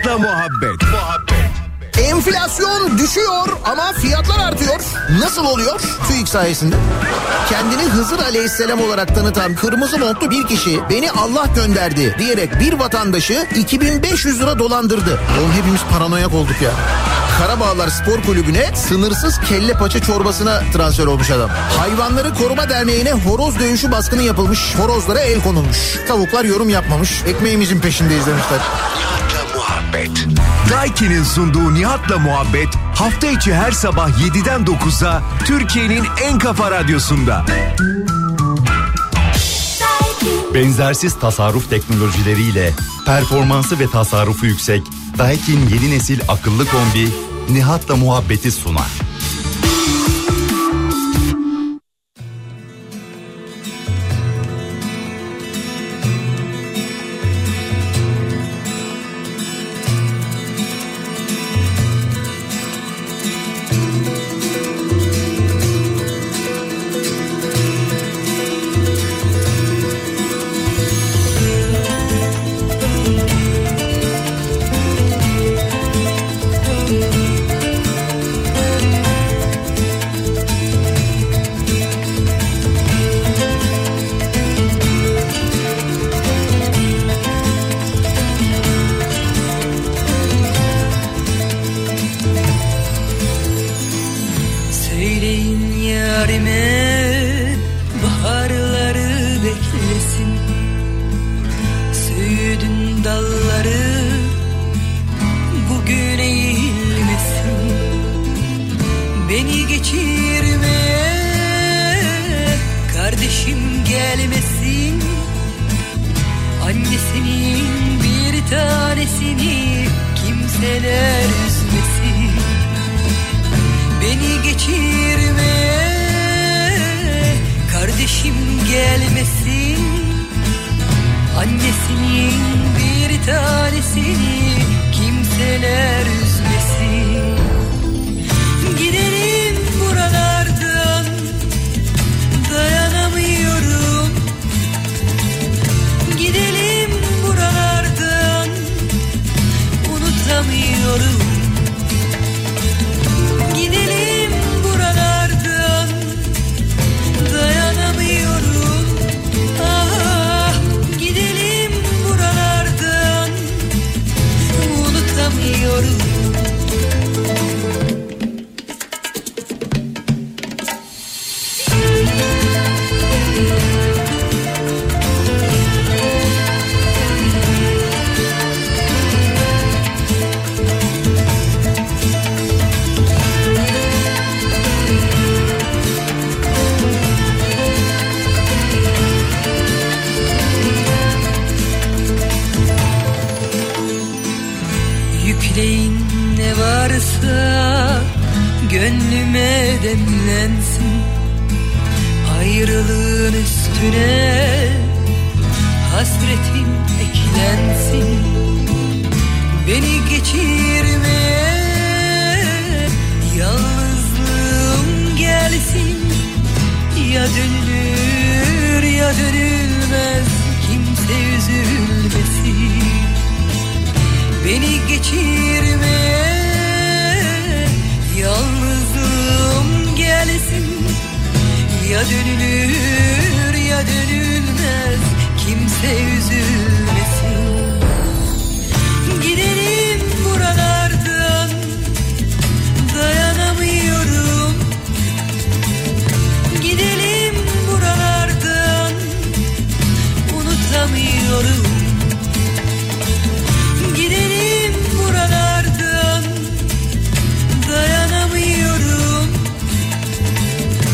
Nihat'la muhabbet. Enflasyon düşüyor ama fiyatlar artıyor. Nasıl oluyor? TÜİK sayesinde. Kendini Hızır Aleyhisselam olarak tanıtan kırmızı montlu bir kişi beni Allah gönderdi diyerek bir vatandaşı 2500 lira dolandırdı. Oğlum hepimiz paranoyak olduk ya. Karabağlar Spor Kulübü'ne sınırsız kelle paça çorbasına transfer olmuş adam. Hayvanları Koruma Derneği'ne horoz dövüşü baskını yapılmış. Horozlara el konulmuş. Tavuklar yorum yapmamış. Ekmeğimizin peşindeyiz demişler. Nihat'la muhabbet. Daiki'nin sunduğu Nihat'la muhabbet hafta içi her sabah 7'den 9'a Türkiye'nin en kafa radyosunda. Benzersiz tasarruf teknolojileriyle performansı ve tasarrufu yüksek Daikin yeni nesil akıllı kombi Nihat'la muhabbeti sunar.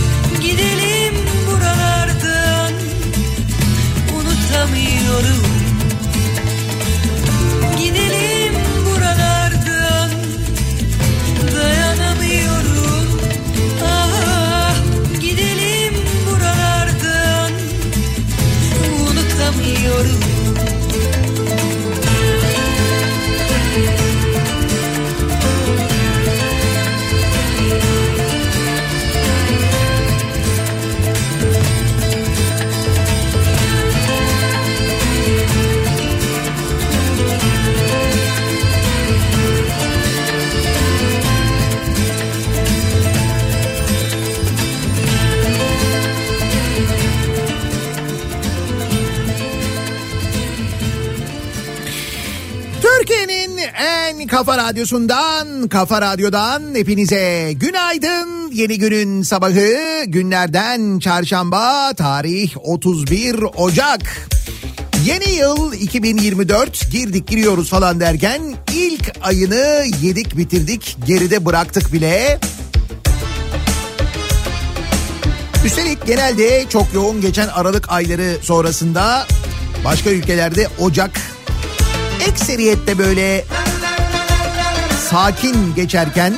Unutamıyorum. Türkiye'nin en kafa radyosundan, Kafa Radyo'dan hepinize günaydın. Yeni günün sabahı, günlerden çarşamba, tarih 31 Ocak. Yeni yıl 2024, girdik giriyoruz falan derken ilk ayını yedik bitirdik, geride bıraktık bile. Üstelik genelde çok yoğun geçen Aralık ayları sonrasında başka ülkelerde Ocak ekseriyette böyle sakin geçerken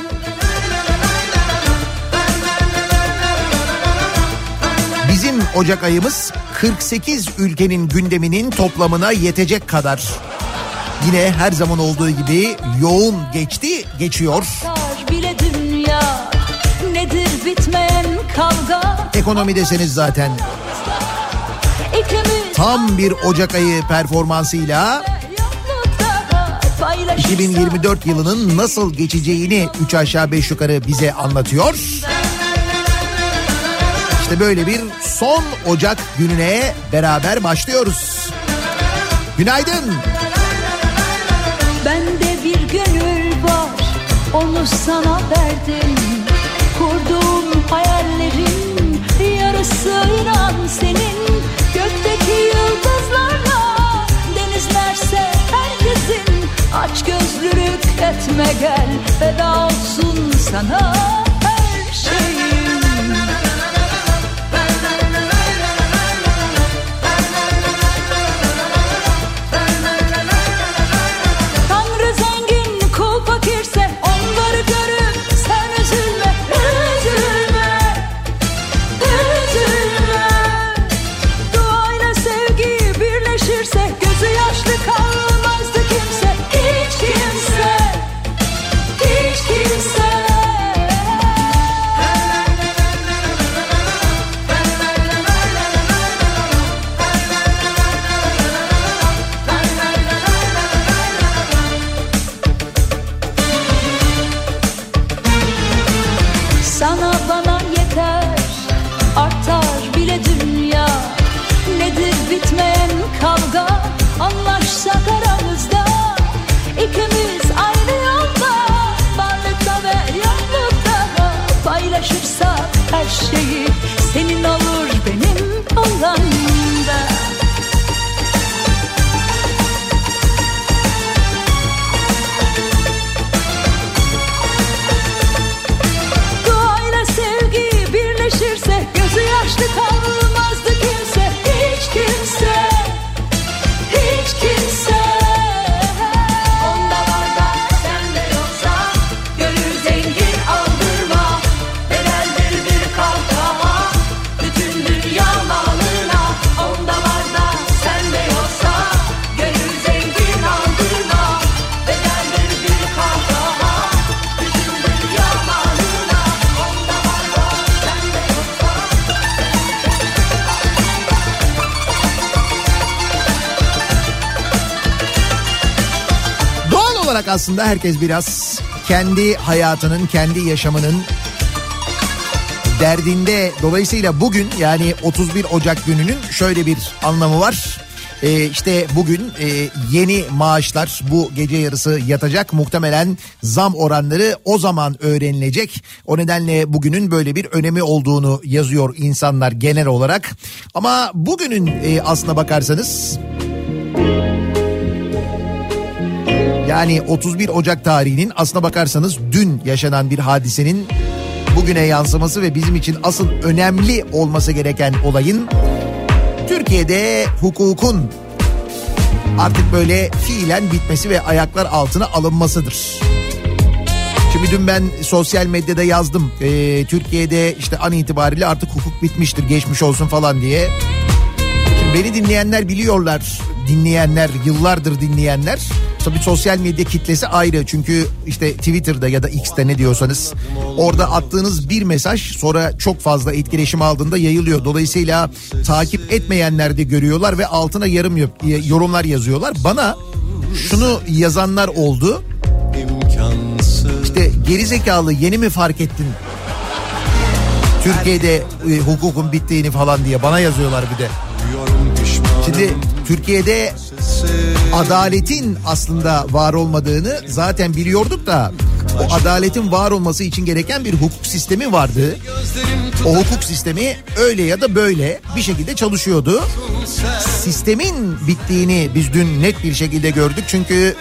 bizim Ocak ayımız 48 ülkenin gündeminin toplamına yetecek kadar yine her zaman olduğu gibi yoğun geçti, geçiyor. Bile dünya, nedir bitmeyen kavga? Ekonomi deseniz zaten tam bir Ocak ayı performansıyla 2024 yılının nasıl geçeceğini 3 aşağı 5 yukarı bize anlatıyor. İşte böyle bir son Ocak gününe beraber başlıyoruz. Günaydın. Bende bir gönül var, onu sana verdim. Kurduğum hayallerin yarısı inan senin. Gökteki yıldızlarla denizlerse herkesin. Aç gözlülük etme gel, feda olsun sana her şeyim. Tanrı zengin, kul fakirse onları görüp sen üzülme, üzülme, üzülme. Duayla sevgi birleşirse gözü yaşlı kalmazdı kimse, hiç kimse, hiç kimse. Sana bana yeter, artar bile dünya. Nedir bitmeyen kavga, anlaşsak aramızda. İkimiz aynı yolda, varlıkta ve yoklukta. Paylaşırsak her şeyi, senin olur benim olan da. Duayla sevgi birleşirse gözü yaşlı kalmazdı kimse, hiç kimse, hiç kimse. Onda var da sende yoksa gönül zengin aldırma. Bedeldir bir kahkaha bütün dünya malına. Onda var da sende yoksa gönül zengin aldırma. Bedeldir bir kahkaha bütün dünya malına. Onda var da sende yoksa. Doğal olarak aslında herkes biraz kendi hayatının, kendi yaşamının derdinde. Dolayısıyla bugün, yani 31 Ocak gününün şöyle bir anlamı var. İşte bugün yeni maaşlar bu gece yarısı yatacak. Muhtemelen zam oranları o zaman öğrenilecek. O nedenle bugünün böyle bir önemi olduğunu yazıyor insanlar genel olarak. Ama bugünün aslına bakarsanız, yani 31 Ocak tarihinin aslına bakarsanız dün yaşanan bir hadisenin bugüne yansıması ve bizim için asıl önemli olması gereken olayın Türkiye'de hukukun artık böyle fiilen bitmesi ve ayaklar altına alınmasıdır. Şimdi dün ben sosyal medyada yazdım. Türkiye'de işte an itibariyle artık hukuk bitmiştir, geçmiş olsun falan diye. Şimdi beni dinleyenler biliyorlar, dinleyenler, yıllardır dinleyenler. Tabii sosyal medya kitlesi ayrı, çünkü işte Twitter'da ya da X'te ne diyorsanız orada attığınız bir mesaj sonra çok fazla etkileşim aldığında yayılıyor. Dolayısıyla takip etmeyenler de görüyorlar ve altına yorumlar yazıyorlar. Bana şunu yazanlar oldu. İşte gerizekalı, yeni mi fark ettin Türkiye'de hukukun bittiğini falan diye bana yazıyorlar bir de. Şimdi Türkiye'de adaletin aslında var olmadığını zaten biliyorduk da o adaletin var olması için gereken bir hukuk sistemi vardı. O hukuk sistemi öyle ya da böyle bir şekilde çalışıyordu. Sistemin bittiğini biz dün net bir şekilde gördük çünkü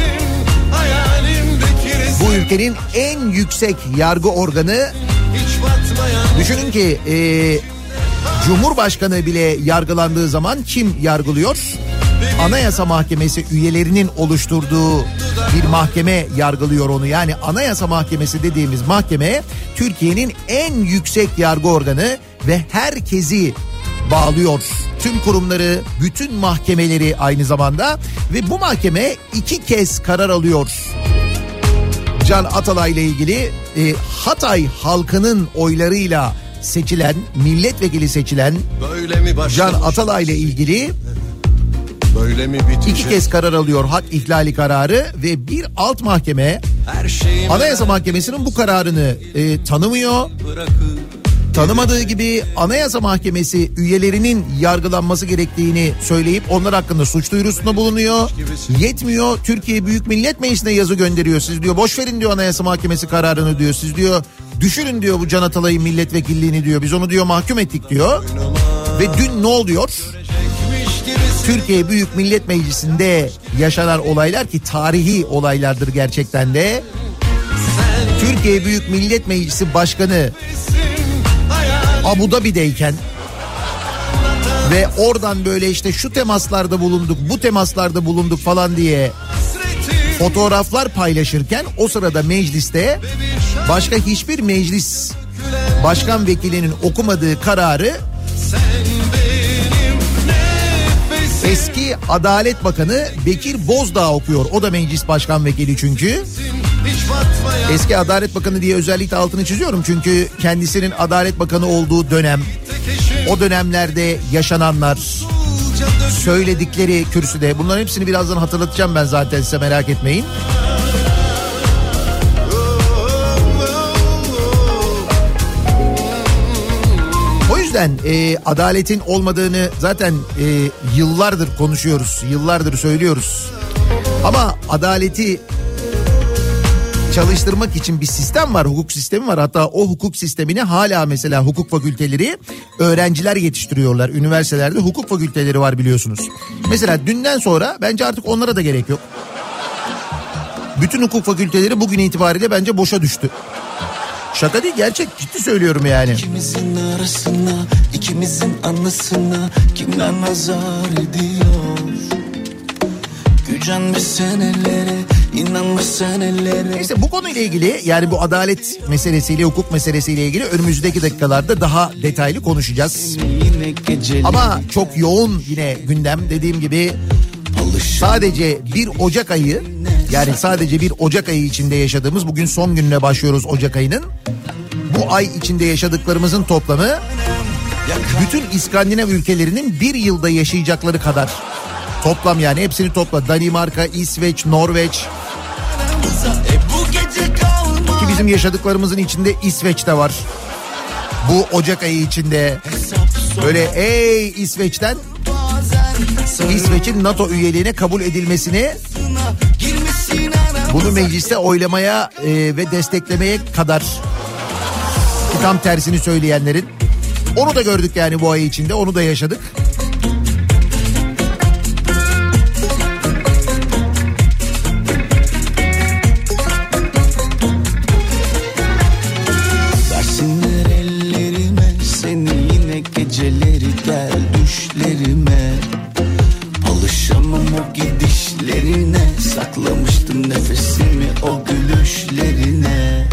bu ülkenin en yüksek yargı organı, düşünün ki Cumhurbaşkanı bile yargılandığı zaman kim yargılıyor? Anayasa Mahkemesi üyelerinin oluşturduğu bir mahkeme yargılıyor onu. Yani Anayasa Mahkemesi dediğimiz mahkeme Türkiye'nin en yüksek yargı organı ve herkesi bağlıyor. Tüm kurumları, bütün mahkemeleri aynı zamanda ve bu mahkeme 2 kez karar alıyor. Can Atalay ile ilgili Hatay halkının oylarıyla seçilen, milletvekili seçilen Can Atalay ile ilgili 2 kez karar alıyor, hak ihlali kararı ve bir alt mahkeme Anayasa Mahkemesi'nin bu kararını tanımıyor. Tanımadığı gibi Anayasa Mahkemesi üyelerinin yargılanması gerektiğini söyleyip onlar hakkında suç duyurusunda bulunuyor. Yetmiyor, Türkiye Büyük Millet Meclisi'ne yazı gönderiyor. Siz diyor boş verin diyor Anayasa Mahkemesi kararını diyor. Siz diyor düşürün diyor bu Can Atalay'ın milletvekilliğini diyor. Biz onu diyor mahkum ettik diyor. Ve dün ne oluyor? Türkiye Büyük Millet Meclisi'nde yaşanan olaylar ki tarihi olaylardır gerçekten de. Türkiye Büyük Millet Meclisi Başkanı Abu Dhabi'deyken ve oradan böyle işte şu temaslarda bulunduk, bu temaslarda bulunduk falan diye fotoğraflar paylaşırken o sırada mecliste başka hiçbir meclis başkan vekilinin okumadığı kararı eski Adalet Bakanı Bekir Bozdağ okuyor. O da meclis başkan vekili çünkü. Eski Adalet Bakanı diye özellikle altını çiziyorum çünkü kendisinin Adalet Bakanı olduğu dönem, o dönemlerde yaşananlar, söyledikleri kürsüde, bunların hepsini birazdan hatırlatacağım ben zaten, size merak etmeyin. O yüzden adaletin olmadığını zaten yıllardır konuşuyoruz, yıllardır söylüyoruz. Ama adaleti çalıştırmak için bir sistem var, hukuk sistemi var. Hatta o hukuk sistemine hala mesela hukuk fakülteleri öğrenciler yetiştiriyorlar. Üniversitelerde hukuk fakülteleri var biliyorsunuz. Mesela dünden sonra bence artık onlara da gerek yok. Bütün hukuk fakülteleri bugün itibariyle bence boşa düştü. Şaka değil, gerçek, ciddi söylüyorum yani. İkimizin arasına, ikimizin anlasına kimler nazar ediyor? Gücenme senelere, inanma senelere. Neyse, bu konuyla ilgili, yani bu adalet meselesiyle, hukuk meselesiyle ilgili önümüzdeki dakikalarda daha detaylı konuşacağız. Ama çok yoğun yine gündem, dediğim gibi sadece bir Ocak ayı, yani sadece bir Ocak ayı içinde yaşadığımız, bugün son gününe başlıyoruz Ocak ayının. Bu ay içinde yaşadıklarımızın toplamı bütün İskandinav ülkelerinin bir yılda yaşayacakları kadar. Toplam, yani hepsini topla. Danimarka, İsveç, Norveç. Ki bizim yaşadıklarımızın içinde İsveç de var. Bu Ocak ayı içinde. Böyle İsveç'ten İsveç'in NATO üyeliğine kabul edilmesini, bunu mecliste oylamaya ve desteklemeye kadar, tam tersini söyleyenlerin, onu da gördük yani bu ay içinde, onu da yaşadık. Versinler ellerime seni, yine geceleri gel düşlerime. Alışamam o gidişlerine, saklamıştım nefesimi o gülüşlerine.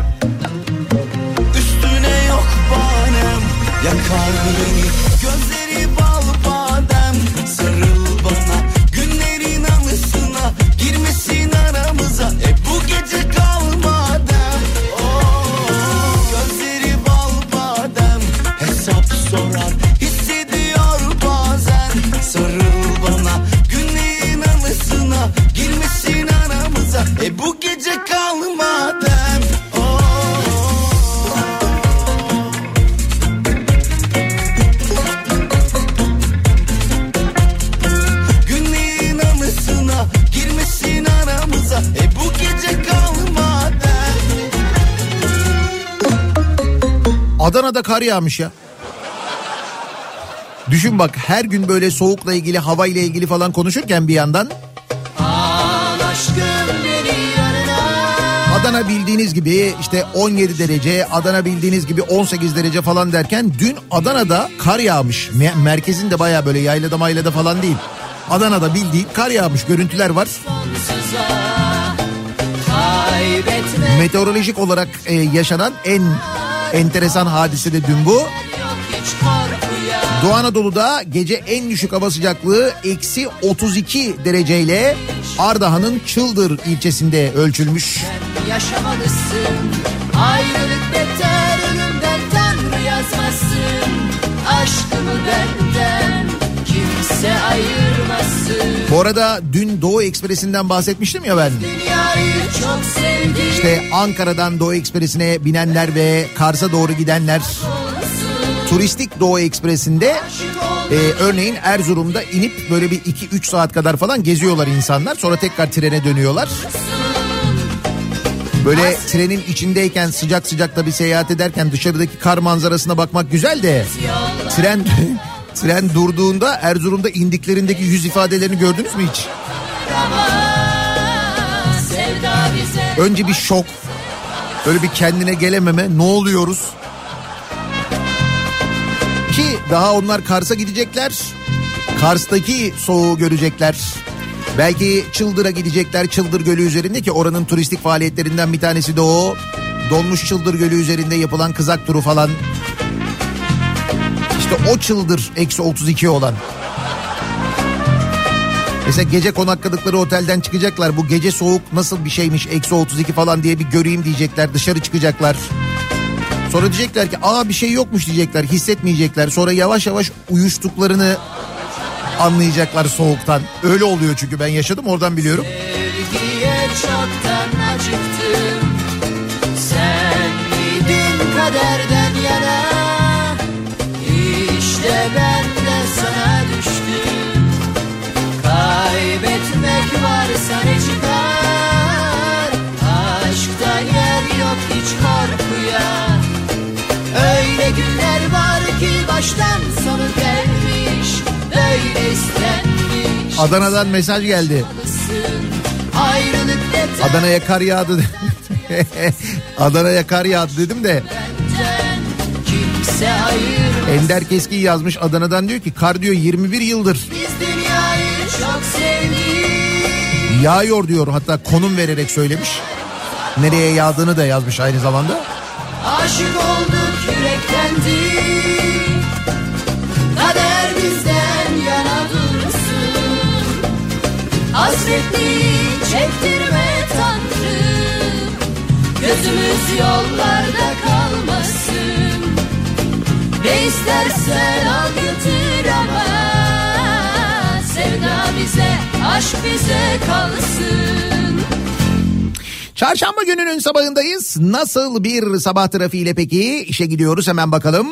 Üstüne yok bahanem, yakar beni gözleri bal badem. Sarıl bana günlerin anısına, girmesin aramıza bu gece kal madem. Gözleri bal badem, hesap sorar hissediyor bazen. Sarıl bana günlerin anısına, girmesin aramıza bu gece kal madem. Adana'da kar yağmış ya. Düşün bak, her gün böyle soğukla ilgili, havayla ilgili falan konuşurken bir yandan Adana bildiğiniz gibi işte 17 derece, Adana bildiğiniz gibi 18 derece falan derken dün Adana'da kar yağmış. Merkezinde baya böyle yaylada maylada falan değil. Adana'da bildiğin kar yağmış, görüntüler var. Meteorolojik olarak yaşanan en enteresan hadise de dün bu. Doğu Anadolu'da gece en düşük hava sıcaklığı eksi 32 dereceyle Ardahan'ın Çıldır ilçesinde ölçülmüş. Yaşamalısın, ayrılık beter, ölümden Tanrı yazmasın. Aşkımı benden kimse ayırmasın. Bu arada dün Doğu Ekspresi'nden bahsetmiştim ya ben. Dünyayı çok sevdim. İşte Ankara'dan Doğu Ekspresi'ne binenler ve Kars'a doğru gidenler turistik Doğu Ekspresi'nde örneğin Erzurum'da inip böyle bir 2-3 saat kadar falan geziyorlar insanlar. Sonra tekrar trene dönüyorlar. Böyle trenin içindeyken sıcak sıcak da bir seyahat ederken dışarıdaki kar manzarasına bakmak güzel de tren durduğunda Erzurum'da indiklerindeki yüz ifadelerini gördünüz mü hiç? Önce bir şok, böyle bir kendine gelememe, ne oluyoruz? Ki daha onlar Kars'a gidecekler, Kars'taki soğuğu görecekler. Belki Çıldır'a gidecekler, Çıldır Gölü üzerinde, ki oranın turistik faaliyetlerinden bir tanesi de o. Donmuş Çıldır Gölü üzerinde yapılan kızak turu falan. İşte o Çıldır eksi 32 olan. Mesela gece konakladıkları otelden çıkacaklar. Bu gece soğuk nasıl bir şeymiş, eksi 32 falan diye bir göreyim diyecekler. Dışarı çıkacaklar. Sonra diyecekler ki bir şey yokmuş diyecekler, hissetmeyecekler. Sonra yavaş yavaş uyuştuklarını anlayacaklar soğuktan. Öyle oluyor çünkü ben yaşadım, oradan biliyorum. Sevgiye çoktan acıktım. Sen miydin kaderden yana? İşte ben de sana düştüm. Kaybetmek varsa ne çıkar? Aşkta yer yok hiç korkuya. Öyle günler var ki baştan sonu gelmiş, böyle istenmiş. Adana'dan mesaj geldi. Adana'ya kar yağdı. Adana'ya kar yağdı dedim de. Ender Keskin yazmış Adana'dan, diyor ki kar diyor 21 yıldır. Biz dünyayı çok sevdik. Yağıyor diyor, hatta konum vererek söylemiş. Nereye yağdığını da yazmış aynı zamanda. Aşık olduk yüreklendik. Kader bizden yana dursun. Hasretli çektirme Tanrım. Gözümüz yollarda kalmasın. Ne istersen al götür ama sevda bize, aşk bize kalsın. Çarşamba gününün sabahındayız. Nasıl bir sabah trafiğiyle peki? İşe gidiyoruz, hemen bakalım.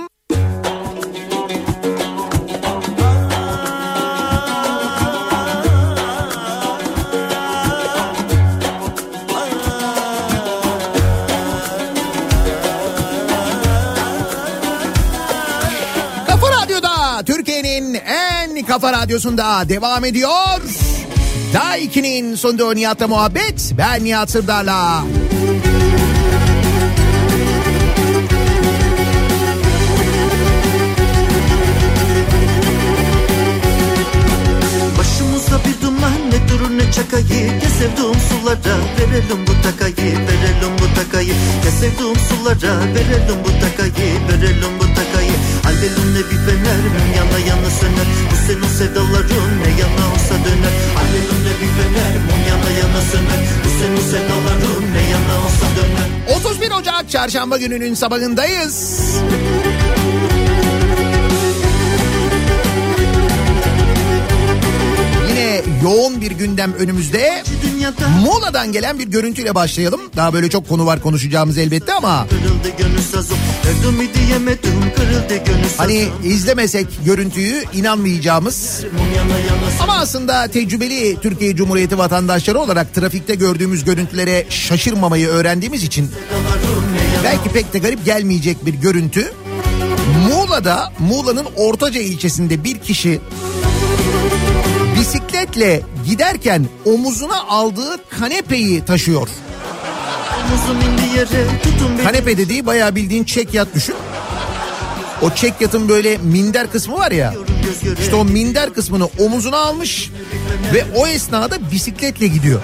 Kafa Radyo'da, Türkiye'nin en kafa radyosunda devam ediyor. Daha 2'nin sonunda Nihat'la muhabbet. Ben Nihat Sırdar'la. Başımıza bir duman, ne durur ne çakayı. Gel sevduğum sulara verelim bu takayı, verelim bu takayı. Gel sevduğum sulara verelim bu takayı, verelim bu takayı. Alelumle bir fener yana yana söner. Bu senin sevdaların ne yana olsa döner. Alelumle bir fener yana yana söner. Bu senin sevdaların ne yana olsa döner. 31 Ocak Çarşamba gününün sabahındayız. Yine yoğun bir gündem önümüzde. Muğla'dan gelen bir görüntüyle başlayalım. Daha böyle çok konu var konuşacağımız elbette ama. Hani izlemesek görüntüyü inanmayacağımız ama aslında tecrübeli Türkiye Cumhuriyeti vatandaşları olarak trafikte gördüğümüz görüntülere şaşırmamayı öğrendiğimiz için belki pek de garip gelmeyecek bir görüntü. Muğla'nın Ortaca ilçesinde bir kişi bisikletle giderken omuzuna aldığı kanepeyi taşıyor. Kanepe dediği bayağı bildiğin çekyat düşün. O çekyatın böyle minder kısmı var ya. İşte o minder kısmını omuzuna almış ve o esnada bisikletle gidiyor.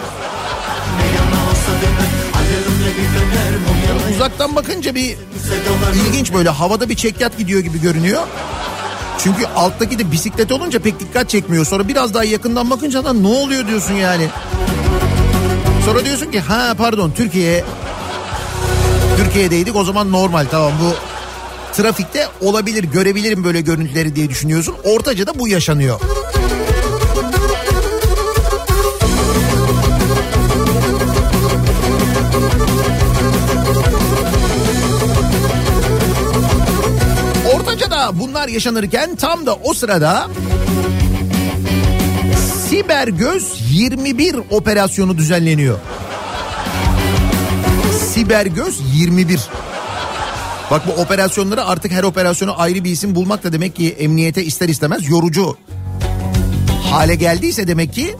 Uzaktan bakınca bir ilginç, böyle havada bir çekyat gidiyor gibi görünüyor. Çünkü alttaki de bisiklet olunca pek dikkat çekmiyor. Sonra biraz daha yakından bakınca da ne oluyor diyorsun yani. Sonra diyorsun ki pardon Türkiye'deydik, o zaman normal, tamam, bu trafikte olabilir, görebilirim böyle görüntüleri diye düşünüyorsun. Ortaca'da bu yaşanıyor. Ortaca'da bunlar yaşanırken tam da o sırada Sibergöz 21 operasyonu düzenleniyor. Sibergöz 21. Bak, bu operasyonları artık, her operasyonu ayrı bir isim bulmak da demek ki emniyete ister istemez yorucu hale geldiyse demek ki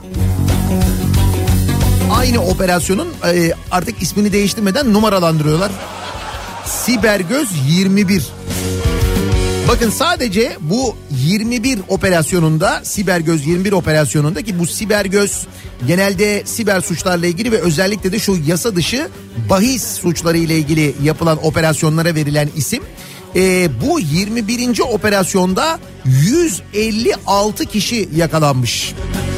aynı operasyonun artık ismini değiştirmeden numaralandırıyorlar. Sibergöz 21. Bakın, sadece bu 21 operasyonunda, Sibergöz 21 operasyonunda, ki bu Sibergöz genelde siber suçlarla ilgili ve özellikle de şu yasa dışı bahis suçları ile ilgili yapılan operasyonlara verilen isim. Bu 21. operasyonda 156 kişi yakalanmış.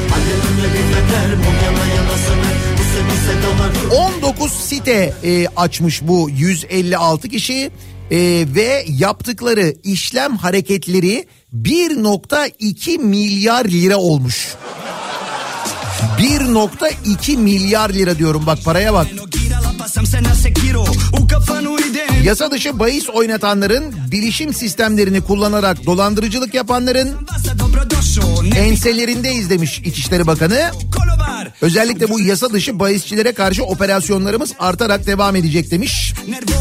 19 site açmış bu 156 kişi. Ve yaptıkları işlem hareketleri 1.2 milyar lira olmuş. 1.2 milyar lira diyorum, bak paraya bak. Yasa dışı bahis oynatanların, bilişim sistemlerini kullanarak dolandırıcılık yapanların enselerindeyiz demiş İçişleri Bakanı. Özellikle bu yasa dışı bahisçilere karşı operasyonlarımız artarak devam edecek demiş.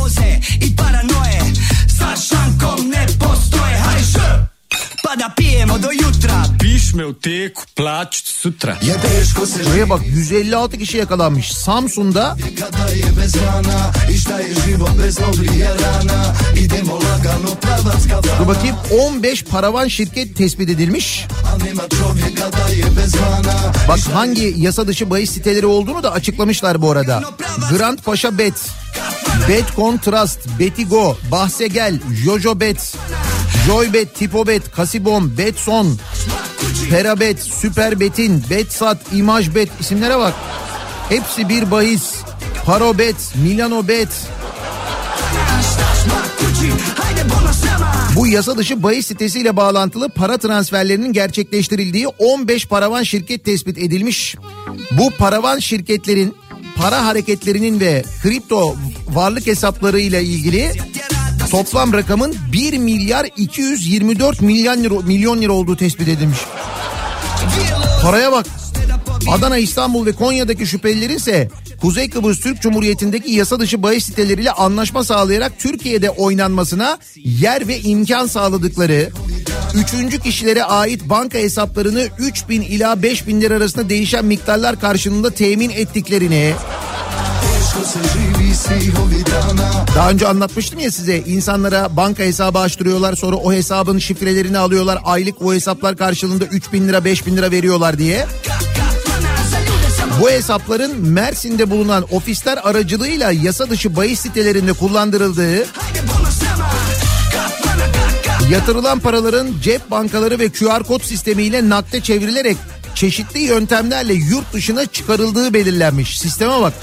Buraya bak, 156 kişi yakalanmış. Samsun'da dur bakayım, 15 paravan şirket tespit edilmiş. Bak, hangi yasa dışı bahis siteleri olduğunu da açıklamışlar bu arada. Grand Paşa Bet, Betcon Trust, Betigo, Bahsegel, Jojobet, Joybet, Tipobet, Kasibom, Betson, Perabet, Süperbetin, Betsat, İmajbet, isimlere bak. Hepsi bir bahis. Parobet, Milanobet. Bu yasa dışı bahis sitesiyle bağlantılı para transferlerinin gerçekleştirildiği 15 paravan şirket tespit edilmiş. Bu paravan şirketlerin para hareketlerinin ve kripto varlık hesapları ile ilgili toplam rakamın 1 milyar 224 milyon lira olduğu tespit edilmiş. Paraya bak. Adana, İstanbul ve Konya'daki şüphelilerin ise Kuzey Kıbrıs Türk Cumhuriyeti'ndeki yasa dışı bahis siteleriyle anlaşma sağlayarak Türkiye'de oynanmasına yer ve imkan sağladıkları, üçüncü kişilere ait banka hesaplarını 3.000 ila 5.000 lira arasında değişen miktarlar karşılığında temin ettiklerini. Daha önce anlatmıştım ya size, insanlara banka hesabı açtırıyorlar, sonra o hesabın şifrelerini alıyorlar, aylık o hesaplar karşılığında 3.000 lira 5.000 lira veriyorlar diye. Bu hesapların Mersin'de bulunan ofisler aracılığıyla yasa dışı bahis sitelerinde kullandırıldığı, yatırılan paraların cep bankaları ve QR kod sistemiyle nakde çevrilerek çeşitli yöntemlerle yurt dışına çıkarıldığı belirlenmiş. Sisteme bak.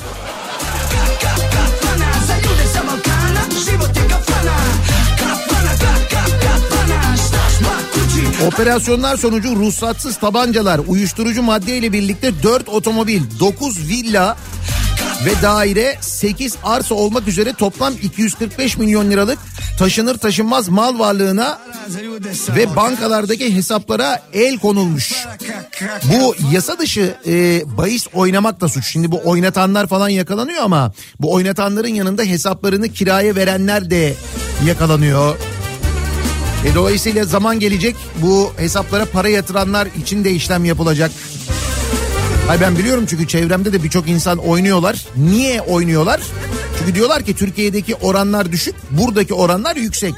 Operasyonlar sonucu ruhsatsız tabancalar, uyuşturucu madde ile birlikte 4 otomobil, 9 villa ve daire, 8 arsa olmak üzere toplam 245 milyon liralık taşınır taşınmaz mal varlığına ve bankalardaki hesaplara el konulmuş. Bu yasa dışı bahis oynamak da suç. Şimdi bu oynatanlar falan yakalanıyor ama bu oynatanların yanında hesaplarını kiraya verenler de yakalanıyor. Dolayısıyla zaman gelecek, bu hesaplara para yatıranlar için de işlem yapılacak. Hayır, ben biliyorum çünkü çevremde de birçok insan oynuyorlar. Niye oynuyorlar? Çünkü diyorlar ki Türkiye'deki oranlar düşük, buradaki oranlar yüksek.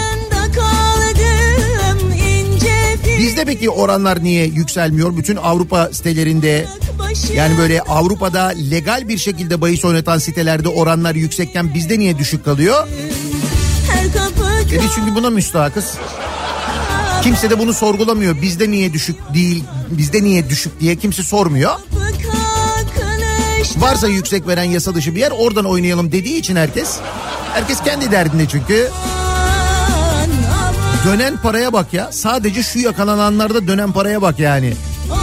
Bizde peki oranlar niye yükselmiyor? Bütün Avrupa sitelerinde, yani böyle Avrupa'da legal bir şekilde bahis oynatan sitelerde oranlar yüksekken bizde niye düşük kalıyor? Biz çünkü buna müstahakız. Kimse de bunu sorgulamıyor. Bizde niye düşük değil, bizde niye düşük diye kimse sormuyor. Varsa yüksek veren yasa dışı bir yer, oradan oynayalım dediği için herkes kendi derdinde çünkü. Dönen paraya bak ya. Sadece şu yakalananlarda dönen paraya bak yani.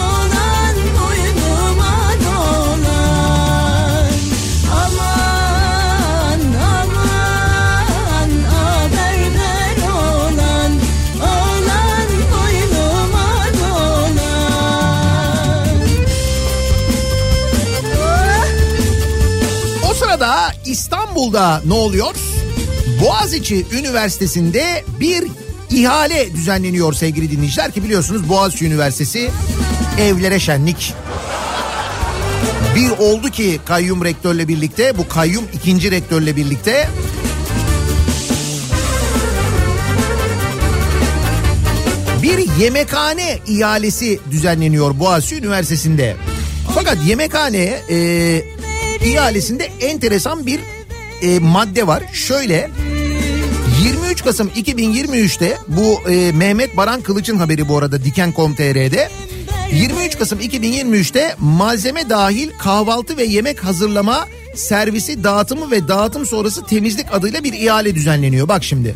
O sırada İstanbul'da ne oluyor? Boğaziçi Üniversitesi'nde bir ihale düzenleniyor sevgili dinleyiciler, ki biliyorsunuz Boğaziçi Üniversitesi evlere şenlik. Bir oldu ki kayyum rektörle birlikte, bu kayyum ikinci rektörle birlikte bir yemekhane ihalesi düzenleniyor Boğaziçi Üniversitesi'nde. Fakat yemekhane ihalesinde enteresan bir madde var. Şöyle, 23 Kasım 2023'te bu Mehmet Baran Kılıç'ın haberi bu arada Diken.com.tr'de. 23 Kasım 2023'te malzeme dahil kahvaltı ve yemek hazırlama servisi dağıtımı ve dağıtım sonrası temizlik adıyla bir ihale düzenleniyor. Bak şimdi.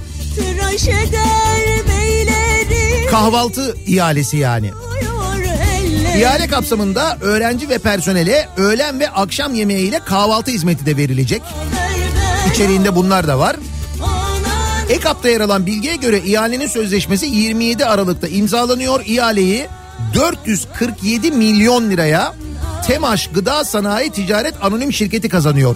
Kahvaltı ihalesi yani. İhale kapsamında öğrenci ve personele öğlen ve akşam yemeğiyle kahvaltı hizmeti de verilecek. İçeriğinde bunlar da var. EKAP'ta yer alan bilgiye göre ihalenin sözleşmesi 27 Aralık'ta imzalanıyor. İhaleyi 447 milyon liraya Temaş Gıda Sanayi Ticaret Anonim Şirketi kazanıyor.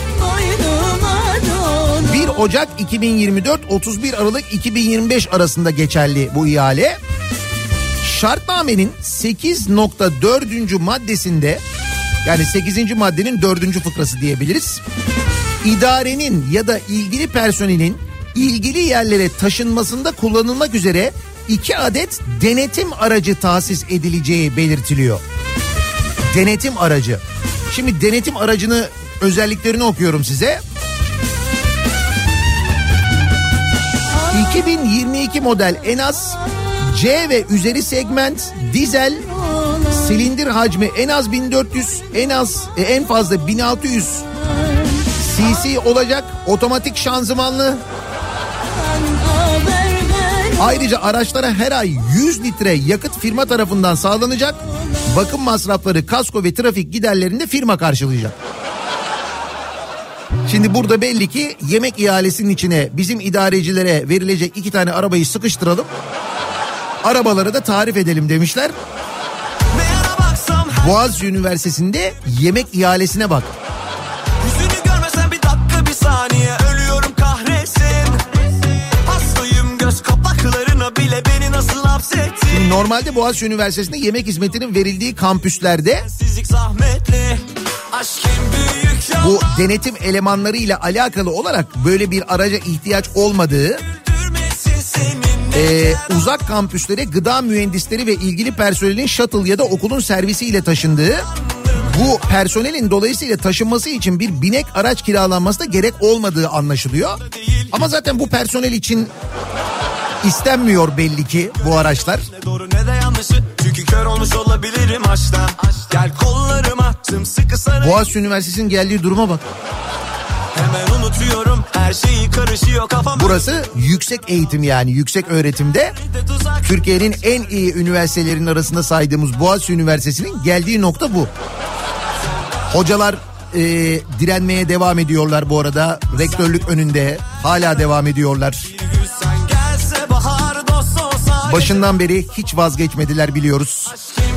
1 Ocak 2024 31 Aralık 2025 arasında geçerli bu ihale. Şartnamenin 8.4. maddesinde, yani 8. maddenin 4. fıkrası diyebiliriz. İdarenin ya da ilgili personelin ilgili yerlere taşınmasında kullanılmak üzere 2 adet denetim aracı tahsis edileceği belirtiliyor. Denetim aracı. Şimdi denetim aracını, özelliklerini okuyorum size. 2022 model en az C ve üzeri segment dizel, silindir hacmi en az 1400, en fazla 1600 cc olacak, otomatik şanzımanlı. Ayrıca araçlara her ay 100 litre yakıt firma tarafından sağlanacak. Bakım masrafları, kasko ve trafik giderlerini de firma karşılayacak. Şimdi burada belli ki yemek ihalesinin içine bizim idarecilere verilecek 2 tane arabayı sıkıştıralım. Arabaları da tarif edelim demişler. Boğaziçi Üniversitesi'nde yemek ihalesine bak. Yüzünü görmesen bir dakika bir saniye ölüyorum kahretsin. Hastayım göz kapaklarına bile beni nasıl hapsettin. Şimdi normalde Boğaziçi Üniversitesi'nde yemek hizmetinin verildiği kampüslerde bu denetim elemanlarıyla alakalı olarak böyle bir araca ihtiyaç olmadığı, uzak kampüslere gıda mühendisleri ve ilgili personelin shuttle ya da okulun servisiyle taşındığı, bu personelin dolayısıyla taşınması için bir binek araç kiralanması da gerek olmadığı anlaşılıyor. Ama zaten bu personel için istenmiyor belli ki bu araçlar. Ne doğru ne de yanlışı, çünkü kör olmuş olabilirim aşktan. Gel kollarıma sımsıkı sarı. Boğaziçi Üniversitesi'nin geldiği duruma bak. Hemen unutuyorum her şeyi, karışıyor kafam. Burası yüksek eğitim, yani yüksek öğretimde Türkiye'nin en iyi üniversitelerinin arasında saydığımız Boğaziçi Üniversitesi'nin geldiği nokta bu. Hocalar direnmeye devam ediyorlar bu arada. Rektörlük önünde hala devam ediyorlar. Başından beri hiç vazgeçmediler, biliyoruz.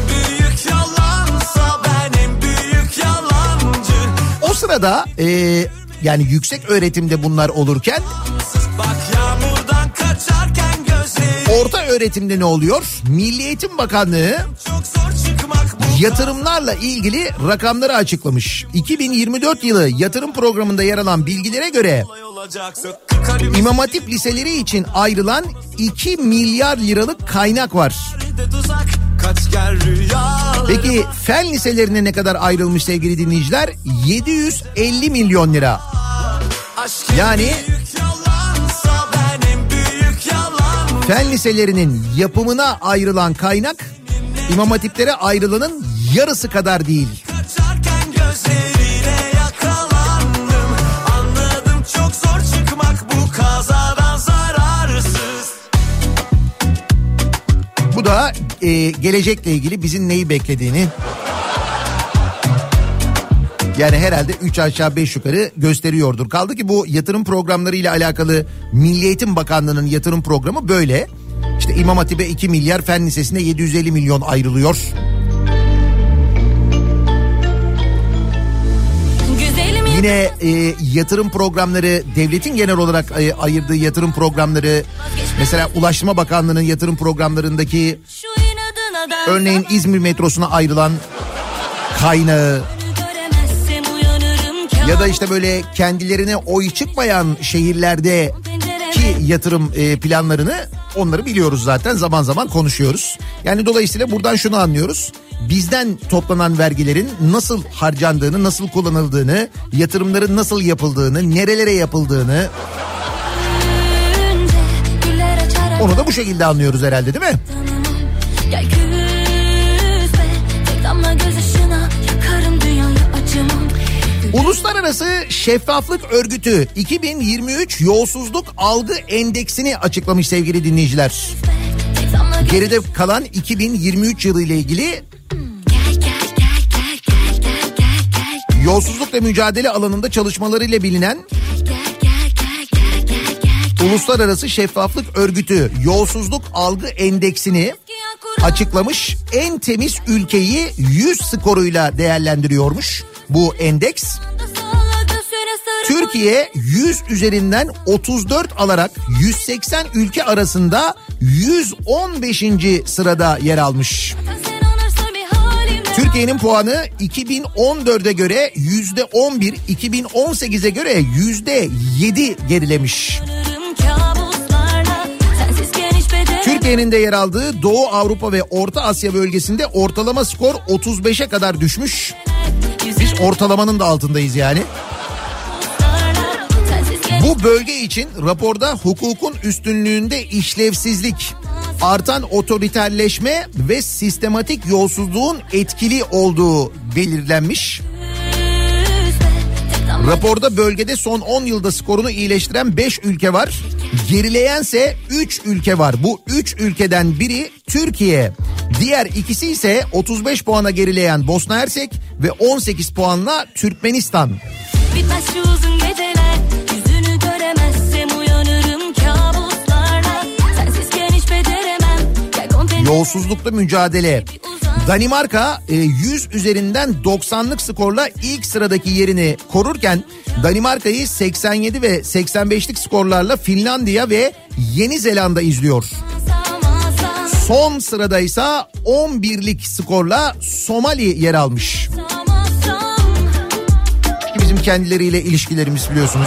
O sırada yani yüksek öğretimde bunlar olurken Orta öğretimde ne oluyor? Milli Eğitim Bakanlığı yatırımlarla ilgili rakamları açıklamış. 2024 yılı yatırım programında yer alan bilgilere göre İmam Hatip liseleri için ayrılan 2 milyar liralık kaynak var. Peki fen liselerine ne kadar ayrılmış sevgili dinleyiciler? 750 milyon lira. Yani fen liselerinin yapımına ayrılan kaynak İmam Hatiplere ayrılanın yarısı kadar değil. Anladım çok zor çıkmak bu kazadan zararsız. Bu da gelecekle ilgili bizim neyi beklediğini, yani herhalde 3 aşağı 5 yukarı gösteriyordur. Kaldı ki bu yatırım programları ile alakalı Milli Eğitim Bakanlığı'nın yatırım programı böyle. İşte İmam Hatip'e 2 milyar, fen lisesine 750 milyon ayrılıyor. Yine yatırım programları, devletin genel olarak ayırdığı yatırım programları, mesela Ulaştırma Bakanlığı'nın yatırım programlarındaki örneğin İzmir metrosuna ayrılan kaynağı ya da işte böyle kendilerine oy çıkmayan şehirlerdeki yatırım planlarını, onları biliyoruz zaten, zaman zaman konuşuyoruz. Yani dolayısıyla buradan şunu anlıyoruz. Bizden toplanan vergilerin nasıl harcandığını, nasıl kullanıldığını, yatırımların nasıl yapıldığını, nerelere yapıldığını, onu da bu şekilde anlıyoruz herhalde, değil mi? Uluslararası Şeffaflık Örgütü 2023 yolsuzluk algı endeksini açıklamış sevgili dinleyiciler. Geride kalan 2023 yılı ile ilgili yolsuzlukla mücadele alanında çalışmalarıyla bilinen Uluslararası Şeffaflık Örgütü yolsuzluk algı endeksini açıklamış. En temiz ülkeyi 100 skoruyla değerlendiriyormuş bu endeks. Türkiye 100 üzerinden 34 alarak 180 ülke arasında 115. sırada yer almış. Türkiye'nin puanı 2014'e göre %11, 2018'e göre %7 gerilemiş. Türkiye'nin de yer aldığı Doğu Avrupa ve Orta Asya bölgesinde ortalama skor 35'e kadar düşmüş. Biz ortalamanın da altındayız yani. Bu bölge için raporda hukukun üstünlüğünde işlevsizlik, artan otoriterleşme ve sistematik yolsuzluğun etkili olduğu belirlenmiş. Raporda bölgede son 10 yılda skorunu iyileştiren 5 ülke var. Gerileyense 3 ülke var. Bu 3 ülkeden biri Türkiye. Diğer ikisi ise 35 puana gerileyen Bosna Hersek ve 18 puanla Türkmenistan. Bitmez şu uzun geceler, yüzünü göremezsem uyanırım kabuslarla. Sensizken hiç beceremem. Yolsuzlukla mücadele. Danimarka 100 üzerinden 90'lık skorla ilk sıradaki yerini korurken Danimarka'yı 87 ve 85'lik skorlarla Finlandiya ve Yeni Zelanda izliyor. Son sırada ise 11'lik skorla Somali yer almış. Bizim kendileriyle ilişkilerimiz biliyorsunuz.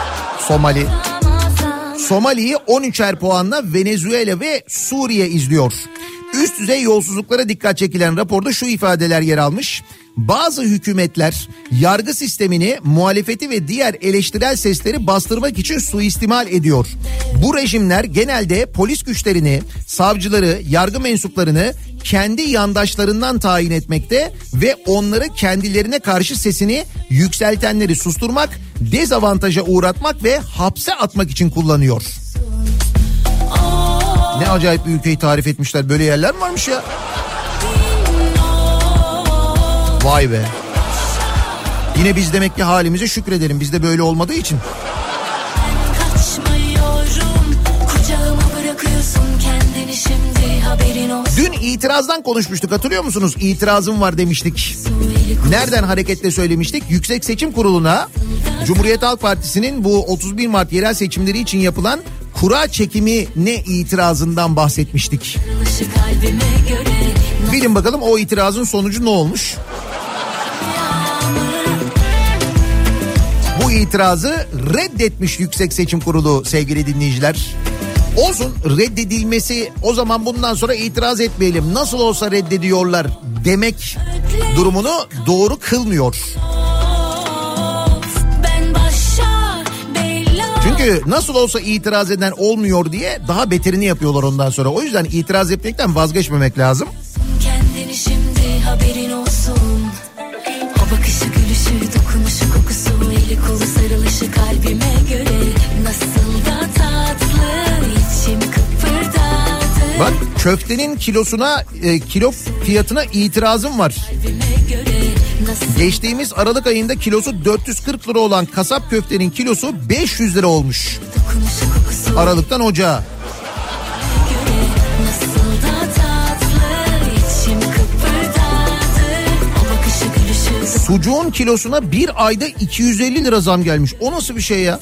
Somali'yi 13'er puanla Venezuela ve Suriye izliyor. Üst düzey yolsuzluklara dikkat çekilen raporda şu ifadeler yer almış. Bazı hükümetler yargı sistemini, muhalefeti ve diğer eleştirel sesleri bastırmak için suistimal ediyor. Bu rejimler genelde polis güçlerini, savcıları, yargı mensuplarını kendi yandaşlarından tayin etmekte ve onları kendilerine karşı sesini yükseltenleri susturmak, dezavantaja uğratmak ve hapse atmak için kullanıyor. Ne acayip bir ülkeyi tarif etmişler. Böyle yerler mi varmış ya? Vay be. Yine biz demek ki halimize şükredelim. Bizde böyle olmadığı için. Dün itirazdan konuşmuştuk, hatırlıyor musunuz? İtirazım var demiştik. Nereden hareketle söylemiştik? Yüksek Seçim Kurulu'na Cumhuriyet Halk Partisi'nin bu 31 Mart yerel seçimleri için yapılan kura çekimi ne itirazından bahsetmiştik. Bilin bakalım o itirazın sonucu ne olmuş? Bu itirazı reddetmiş Yüksek Seçim Kurulu sevgili dinleyiciler. Olsun, reddedilmesi, o zaman bundan sonra itiraz etmeyelim, nasıl olsa reddediyorlar demek durumunu doğru kılmıyor. Çünkü nasıl olsa itiraz eden olmuyor diye daha beterini yapıyorlar ondan sonra. O yüzden itiraz etmekten vazgeçmemek lazım. Kendini şimdi haberin olsun. O bakışı, gülüşü, dokunuşu, kokusu, eli kolu sarılışı kalbime göre nasıl da tatlı, içim kıpırdadı. Bak, köftenin kilosuna, kilo fiyatına itirazım var. Geçtiğimiz Aralık ayında kilosu 440 lira olan kasap köftenin kilosu 500 lira olmuş. Aralıktan Ocağa. Sucuğun kilosuna bir ayda 250 lira zam gelmiş. O nasıl bir şey ya?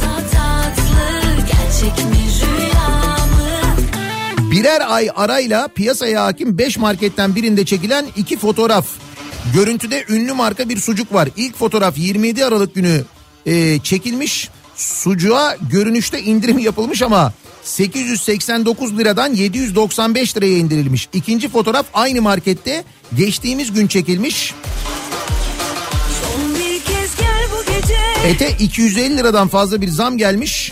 Birer ay arayla piyasaya hakim 5 marketten birinde çekilen 2 fotoğraf. Görüntüde ünlü marka bir sucuk var. İlk fotoğraf 27 Aralık günü çekilmiş. Sucuğa görünüşte indirim yapılmış ama 889 liradan 795 liraya indirilmiş. İkinci fotoğraf aynı markette geçtiğimiz gün çekilmiş. Ete 250 liradan fazla bir zam gelmiş.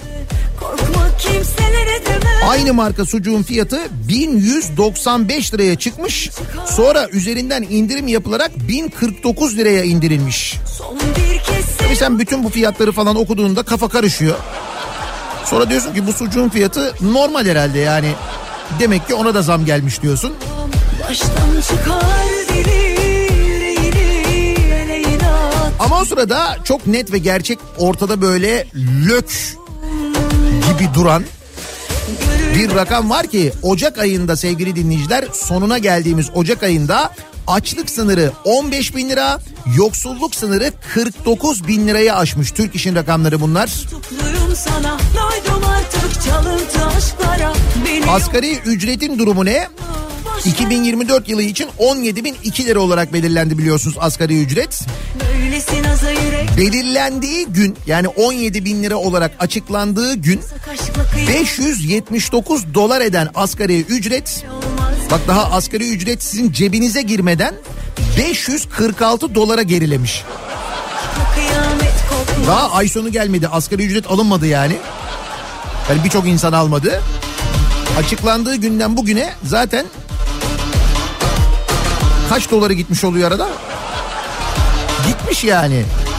Aynı marka sucuğun fiyatı 1195 liraya çıkmış. Sonra üzerinden indirim yapılarak 1049 liraya indirilmiş. Tabii sen bütün bu fiyatları falan okuduğunda kafa karışıyor. Sonra diyorsun ki bu sucuğun fiyatı normal herhalde, yani demek ki ona da zam gelmiş diyorsun. Ama o sırada çok net ve gerçek ortada böyle lök gibi duran bir rakam var ki Ocak ayında sevgili dinleyiciler, sonuna geldiğimiz Ocak ayında açlık sınırı 15 bin lira, yoksulluk sınırı 49 bin liraya aşmış. Türk İş'in rakamları bunlar. Asgari ücretin durumu ne? 2024 yılı için 17.002 lira olarak belirlendi biliyorsunuz asgari ücret. Belirlendiği gün, yani 17 bin lira olarak açıklandığı gün 579 dolar eden asgari ücret, bak daha asgari ücret sizin cebinize girmeden 546 dolara gerilemiş. Daha ay sonu gelmedi, asgari ücret alınmadı yani. Yani birçok insan almadı. Açıklandığı günden bugüne zaten kaç doları gitmiş oluyor arada? Gitmiş yani.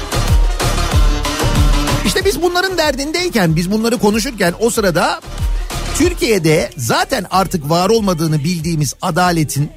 İşte biz bunların derdindeyken, biz bunları konuşurken o sırada Türkiye'de zaten artık var olmadığını bildiğimiz adaletin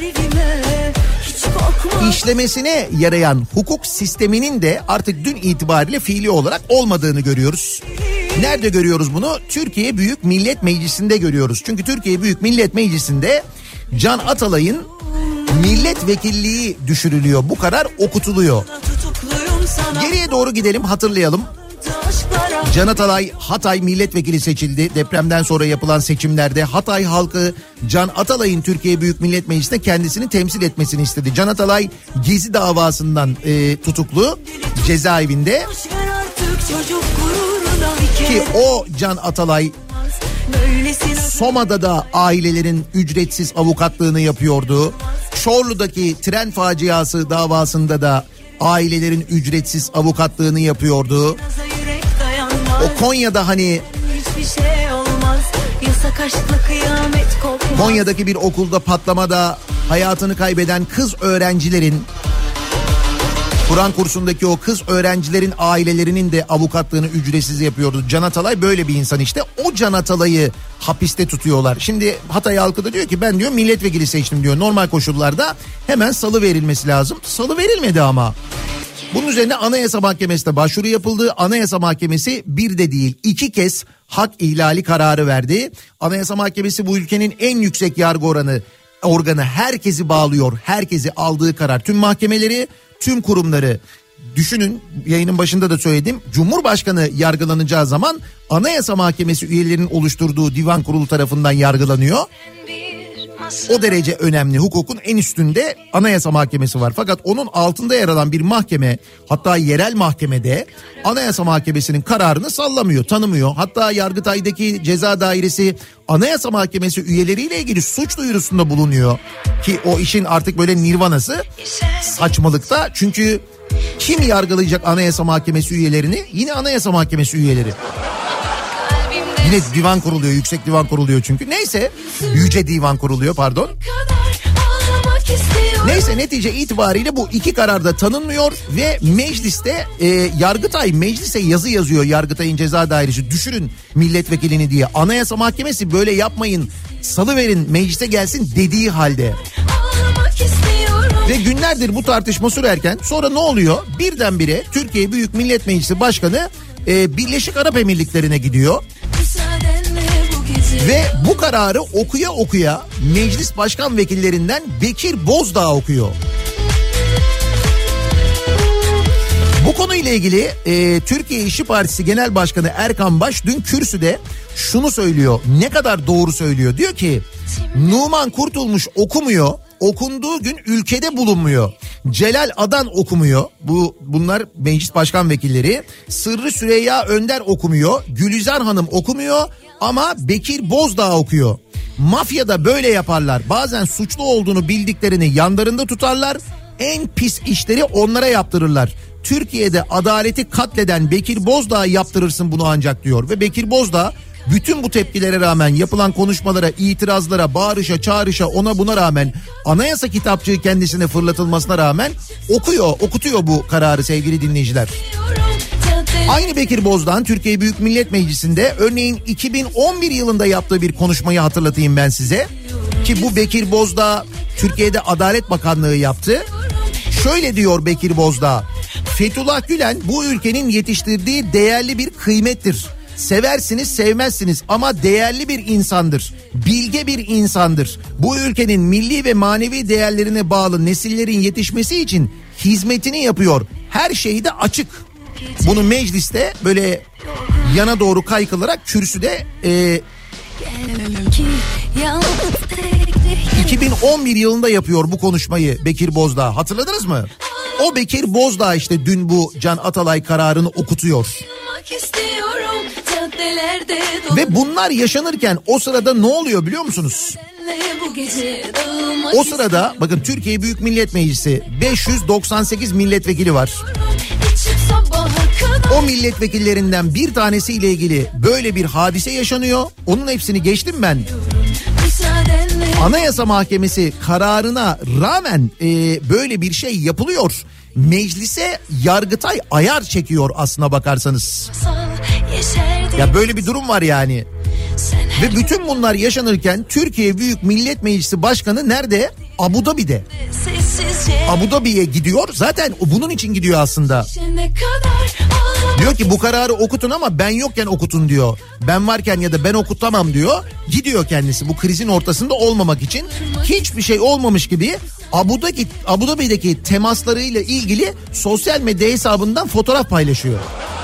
işlemesine yarayan hukuk sisteminin de artık dün itibariyle fiili olarak olmadığını görüyoruz. Nerede görüyoruz bunu? Türkiye Büyük Millet Meclisi'nde görüyoruz. Çünkü Türkiye Büyük Millet Meclisi'nde Can Atalay'ın milletvekilliği düşürülüyor. Bu karar okutuluyor. Geriye doğru gidelim, hatırlayalım. Can Atalay Hatay milletvekili seçildi. Depremden sonra yapılan seçimlerde Hatay halkı Can Atalay'ın Türkiye Büyük Millet Meclisi'nde kendisini temsil etmesini istedi. Can Atalay Gezi davasından tutuklu cezaevinde. Ki o Can Atalay Soma'da da ailelerin ücretsiz avukatlığını yapıyordu. Çorlu'daki tren faciası davasında da ailelerin ücretsiz avukatlığını yapıyordu. O Konya'da hani Konya'daki bir okulda patlamada hayatını kaybeden kız öğrencilerin, Kur'an kursundaki o kız öğrencilerin ailelerinin de avukatlığını ücretsiz yapıyordu. Can Atalay böyle bir insan işte. O Can Atalay'ı hapiste tutuyorlar. Şimdi Hatay halkı da diyor ki ben diyor milletvekili seçtim diyor. Normal koşullarda hemen salı verilmesi lazım. Salı verilmedi ama. Bunun üzerine Anayasa Mahkemesi'ne başvuru yapıldı. Anayasa Mahkemesi bir de değil 2 kez hak ihlali kararı verdi. Anayasa Mahkemesi bu ülkenin en yüksek yargı organı, herkesi bağlıyor. Herkesi, aldığı karar, tüm mahkemeleri, tüm kurumları düşünün, yayının başında da söyledim. Cumhurbaşkanı yargılanacağı zaman Anayasa Mahkemesi üyelerinin oluşturduğu divan kurulu tarafından yargılanıyor. O derece önemli, hukukun en üstünde Anayasa Mahkemesi var. Fakat onun altında yer alan bir mahkeme, hatta yerel mahkemede Anayasa Mahkemesi'nin kararını sallamıyor, tanımıyor. Hatta Yargıtay'daki ceza dairesi Anayasa Mahkemesi üyeleriyle ilgili suç duyurusunda bulunuyor. Ki o işin artık böyle nirvanası saçmalıkta. Çünkü kim yargılayacak Anayasa Mahkemesi üyelerini? Yine Anayasa Mahkemesi üyeleri. Yine divan kuruluyor, yüksek divan kuruluyor çünkü. Neyse, yüce divan kuruluyor pardon. Neyse, netice itibariyle bu iki kararda tanınmıyor ve mecliste Yargıtay meclise yazı yazıyor, Yargıtay'ın ceza dairesi düşürün milletvekilini diye. Anayasa Mahkemesi böyle yapmayın, salıverin meclise gelsin dediği halde. Ve günlerdir bu tartışma sürerken sonra ne oluyor? Birdenbire Türkiye Büyük Millet Meclisi Başkanı Birleşik Arap Emirlikleri'ne gidiyor. Ve bu kararı okuya okuya meclis başkan vekillerinden Bekir Bozdağ okuyor. Bu konuyla ilgili Türkiye İşçi Partisi Genel Başkanı Erkan Baş dün kürsüde şunu söylüyor. Ne kadar doğru söylüyor. Diyor ki Numan Kurtulmuş okumuyor. Okunduğu gün ülkede bulunmuyor. Celal Adan okumuyor. Bunlar meclis başkan vekilleri. Sırrı Süreyya Önder okumuyor. Gülizar Hanım okumuyor ama Bekir Bozdağ okuyor. Mafyada böyle yaparlar. Bazen suçlu olduğunu bildiklerini yanlarında tutarlar. En pis işleri onlara yaptırırlar. Türkiye'de adaleti katleden Bekir Bozdağ yaptırırsın bunu ancak diyor. Ve Bekir Bozdağ bütün bu tepkilere rağmen, yapılan konuşmalara, itirazlara, bağırışa, çağrışa, ona buna rağmen, anayasa kitapçığı kendisine fırlatılmasına rağmen okutuyor bu kararı sevgili dinleyiciler. Aynı Bekir Bozdağ'ın Türkiye Büyük Millet Meclisi'nde örneğin 2011 yılında yaptığı bir konuşmayı hatırlatayım ben size. Ki bu Bekir Bozdağ Türkiye'de Adalet Bakanlığı yaptı. Şöyle diyor Bekir Bozdağ: Fethullah Gülen bu ülkenin yetiştirdiği değerli bir kıymettir. Seversiniz sevmezsiniz ama değerli bir insandır. Bilge bir insandır. Bu ülkenin milli ve manevi değerlerine bağlı nesillerin yetişmesi için hizmetini yapıyor. Her şey de açık. Bunu mecliste böyle yana doğru kaykılarak kürsüde 2011 yılında yapıyor bu konuşmayı Bekir Bozdağ. Hatırladınız mı? O Bekir Bozdağ işte dün bu Can Atalay kararını okutuyor. Ve bunlar yaşanırken o sırada ne oluyor biliyor musunuz? O sırada bakın Türkiye Büyük Millet Meclisi 598 milletvekili var. O milletvekillerinden bir tanesiyle ilgili böyle bir hadise yaşanıyor. Onun hepsini geçtim ben. Anayasa Mahkemesi kararına rağmen böyle bir şey yapılıyor. Meclise Yargıtay ayar çekiyor aslına bakarsanız. Ya böyle bir durum var yani. Ve bütün bunlar yaşanırken Türkiye Büyük Millet Meclisi Başkanı nerede? Abu Dhabi'de. Abu Dhabi'ye gidiyor. Zaten bunun için gidiyor aslında. Diyor ki bu kararı okutun ama ben yokken okutun diyor. Ben varken ya da ben okutamam diyor. Gidiyor kendisi bu krizin ortasında olmamak için. Hiçbir şey olmamış gibi Abu Dhabi'deki temaslarıyla ilgili sosyal medya hesabından fotoğraf paylaşıyor.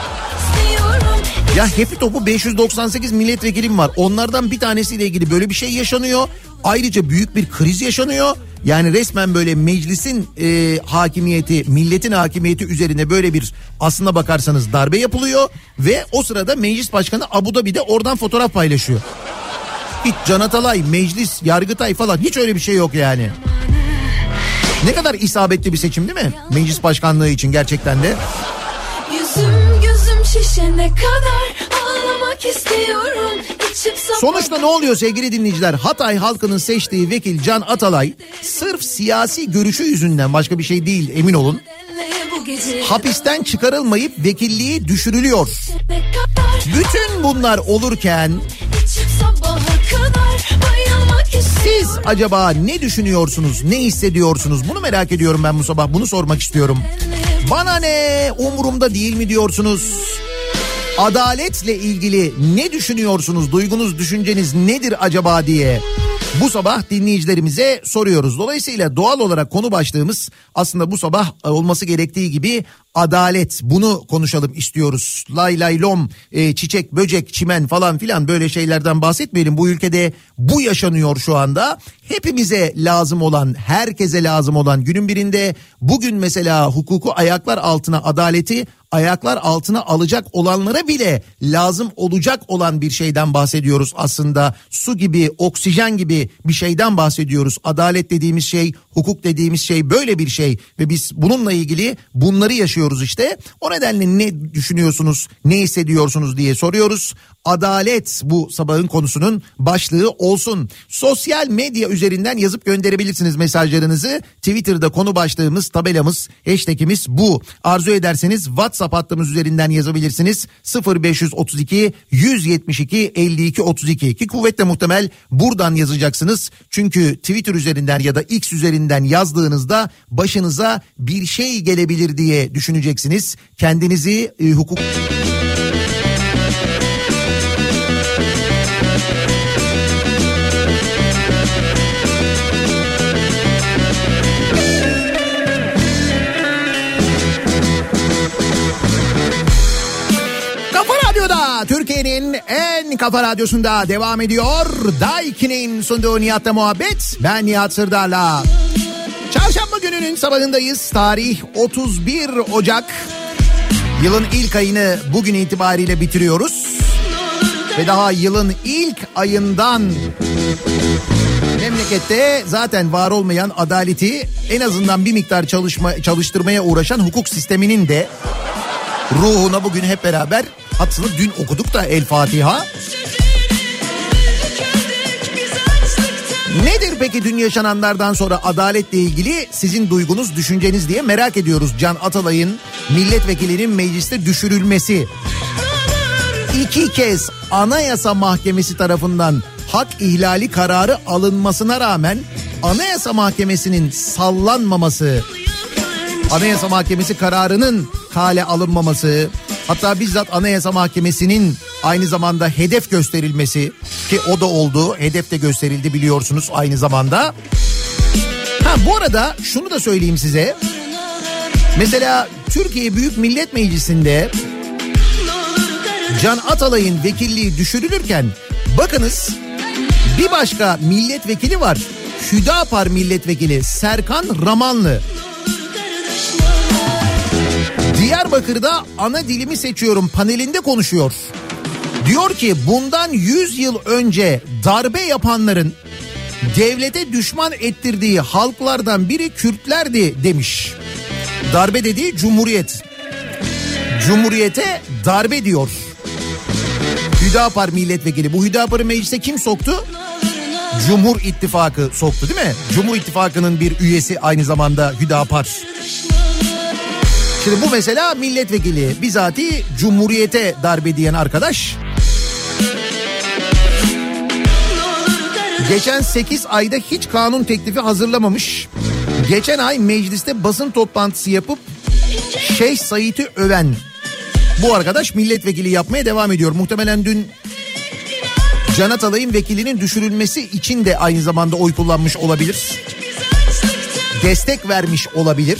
Ya hepi topu 598 milletvekilim var. Onlardan bir tanesiyle ilgili böyle bir şey yaşanıyor. Ayrıca büyük bir kriz yaşanıyor. Yani resmen böyle meclisin hakimiyeti, milletin hakimiyeti üzerine böyle bir aslına bakarsanız darbe yapılıyor. Ve o sırada meclis başkanı Abu Dhabi'de oradan fotoğraf paylaşıyor. Hiç Can Atalay, meclis, Yargıtay falan hiç öyle bir şey yok yani. Ne kadar isabetli bir seçim değil mi? Meclis başkanlığı için gerçekten de. Yüzüm gözüm şişene kadar ağlamak istiyorum. Sonuçta ne oluyor sevgili dinleyiciler? Hatay halkının seçtiği vekil Can Atalay sırf siyasi görüşü yüzünden, başka bir şey değil emin olun, hapisten çıkarılmayıp vekilliği düşürülüyor. Bütün bunlar olurken siz acaba ne düşünüyorsunuz, ne hissediyorsunuz? Bunu merak ediyorum ben bu sabah, bunu sormak istiyorum. Bana ne, umurumda değil mi diyorsunuz? Adaletle ilgili ne düşünüyorsunuz? Duygunuz, düşünceniz nedir acaba diye. bu sabah dinleyicilerimize soruyoruz. Dolayısıyla doğal olarak konu başlığımız aslında bu sabah olması gerektiği gibi adalet. Bunu konuşalım istiyoruz. Lay lay lom, çiçek, böcek, çimen falan filan böyle şeylerden bahsetmeyelim. Bu ülkede bu yaşanıyor şu anda. Hepimize lazım olan, herkese lazım olan, günün birinde bugün mesela hukuku ayaklar altına, adaleti ayaklar altına alacak olanlara bile lazım olacak olan bir şeyden bahsediyoruz aslında. Su gibi, oksijen gibi bir şeyden bahsediyoruz. Adalet dediğimiz şey, hukuk dediğimiz şey böyle bir şey ve biz bununla ilgili bunları yaşıyoruz işte. O nedenle ne düşünüyorsunuz, ne hissediyorsunuz diye soruyoruz. Adalet bu sabahın konusunun başlığı olsun. Sosyal medya üzerinden yazıp gönderebilirsiniz mesajlarınızı. Twitter'da konu başlığımız, tabelamız, hashtagimiz bu. Arzu ederseniz WhatsApp hattımız üzerinden yazabilirsiniz. 0532 172 52 32 ki kuvvetle muhtemel buradan yazacaksınız. Çünkü Twitter üzerinden ya da X üzerinden yazdığınızda başınıza bir şey gelebilir diye düşüneceksiniz. Kendinizi hukuk... Türkiye'nin en kafa radyosunda devam ediyor. Daiki'nin sunduğu Nihat'la muhabbet. Ben Nihat Sırdar'la. Çarşamba gününün sabahındayız. Tarih 31 Ocak. Yılın ilk ayını bugün itibariyle bitiriyoruz. Ve daha yılın ilk ayından memlekette zaten var olmayan adaleti en azından bir miktar çalıştırmaya uğraşan hukuk sisteminin de ruhuna bugün hep beraber, aslında dün okuduk da El Fatiha. Nedir peki dün yaşananlardan sonra adaletle ilgili sizin duygunuz, düşünceniz diye merak ediyoruz. Can Atalay'ın milletvekilinin mecliste düşürülmesi. 2 kez Anayasa Mahkemesi tarafından hak ihlali kararı alınmasına rağmen Anayasa Mahkemesi'nin sallanmaması, Anayasa Mahkemesi kararının kale alınmaması, hatta bizzat Anayasa Mahkemesi'nin aynı zamanda hedef gösterilmesi, ki o da oldu, hedef de gösterildi biliyorsunuz aynı zamanda. Bu arada şunu da söyleyeyim size. Mesela Türkiye Büyük Millet Meclisi'nde Can Atalay'ın vekilliği düşürülürken bakınız bir başka milletvekili var. Hüdapar milletvekili Serkan Ramanlı. Diyarbakır'da ana dilimi seçiyorum panelinde konuşuyor. Diyor ki bundan 100 yıl önce darbe yapanların devlete düşman ettirdiği halklardan biri Kürtlerdi demiş. Darbe dediği Cumhuriyet. Cumhuriyete darbe diyor. Hüdapar milletvekili. Bu Hüdapar'ı meclise kim soktu? Cumhur İttifakı soktu değil mi? Cumhur İttifakı'nın bir üyesi aynı zamanda Hüdapar. Şimdi bu mesela milletvekili, bizatihi Cumhuriyete darbe diyen arkadaş. Geçen 8 ayda hiç kanun teklifi hazırlamamış. Geçen ay mecliste basın toplantısı yapıp Şeyh Said'i öven bu arkadaş milletvekili yapmaya devam ediyor. Muhtemelen dün Can Atalay'ın vekilinin düşürülmesi için de aynı zamanda oy kullanmış olabilir. Destek vermiş olabilir.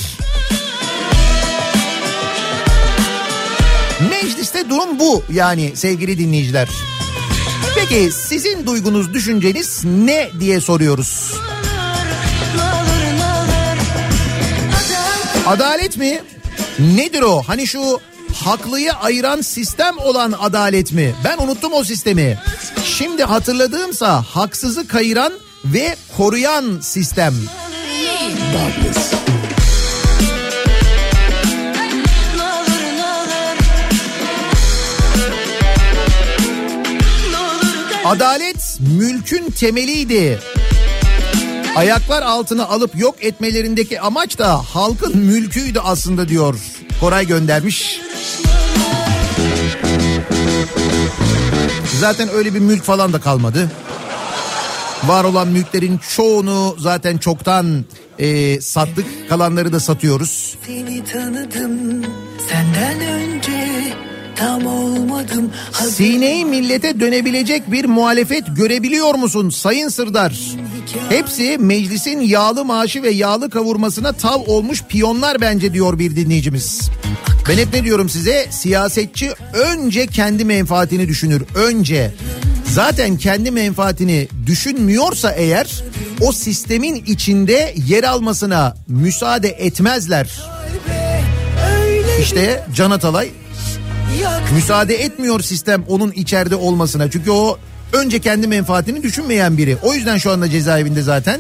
Mecliste durum bu yani sevgili dinleyiciler. Peki sizin duygunuz, düşünceniz ne diye soruyoruz. Adalet mi? Nedir o? Hani şu haklıyı ayıran sistem olan adalet mi? Ben unuttum o sistemi. Şimdi hatırladığımsa haksızı kayıran ve koruyan sistem. Adalet mülkün temeliydi. Ayaklar altına alıp yok etmelerindeki amaç da halkın mülküydü aslında diyor. Koray göndermiş. Zaten öyle bir mülk falan da kalmadı. Var olan mülklerin çoğunu zaten çoktan sattık. Kalanları da satıyoruz. Seni tanıdım senden önce. Tam olmadım. Sineyi millete dönebilecek bir muhalefet görebiliyor musun Sayın Sırdar? Hepsi meclisin yağlı maaşı ve yağlı kavurmasına tav olmuş piyonlar bence diyor bir dinleyicimiz. Ben hep ne diyorum size? Siyasetçi önce kendi menfaatini düşünür. Önce. Zaten kendi menfaatini düşünmüyorsa eğer o sistemin içinde yer almasına müsaade etmezler. İşte Can Atalay müsaade etmiyor sistem onun içeride olmasına. Çünkü o önce kendi menfaatini düşünmeyen biri. O yüzden şu anda cezaevinde zaten.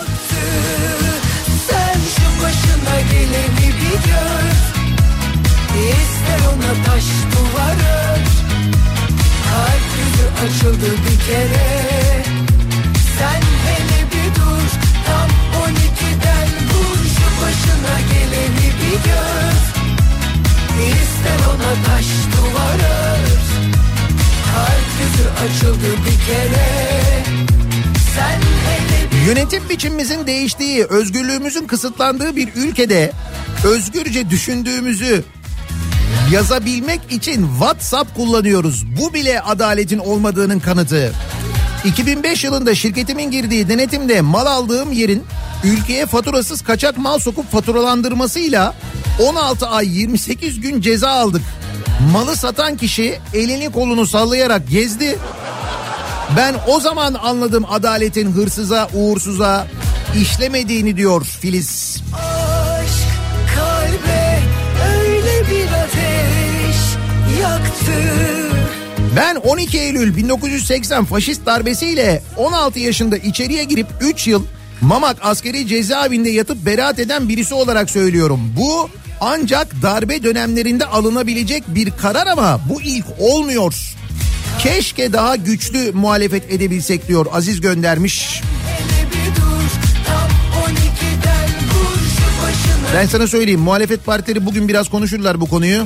Sen şu başına geleni bir gör. İster ona taş duvar ör. Kalp yüzü açıldı bir kere. Sen hele bir dur. Tam 12'den vur. Şu başına geleni bir gör. İster ona taş duvar ör. Kalp yüzü açıldı bir kere. Sen hele bir... Yönetim biçimimizin değiştiği, özgürlüğümüzün kısıtlandığı bir ülkede özgürce düşündüğümüzü yazabilmek için WhatsApp kullanıyoruz. Bu bile adaletin olmadığının kanıtı. 2005 yılında şirketimin girdiği denetimde mal aldığım yerin ülkeye faturasız kaçak mal sokup faturalandırmasıyla 16 ay 28 gün ceza aldık. Malı satan kişi elini kolunu sallayarak gezdi. Ben o zaman anladım adaletin hırsıza, uğursuza işlemediğini diyor Filiz. Aşk kalbe öyle bir ateş yaktı. Ben 12 Eylül 1980 faşist darbesiyle 16 yaşında içeriye girip 3 yıl Mamak askeri cezaevinde yatıp beraat eden birisi olarak söylüyorum. Bu ancak darbe dönemlerinde alınabilecek bir karar ama bu ilk olmuyor. Keşke daha güçlü muhalefet edebilsek diyor Aziz göndermiş. Ben sana söyleyeyim, muhalefet partileri bugün biraz konuşurlar bu konuyu.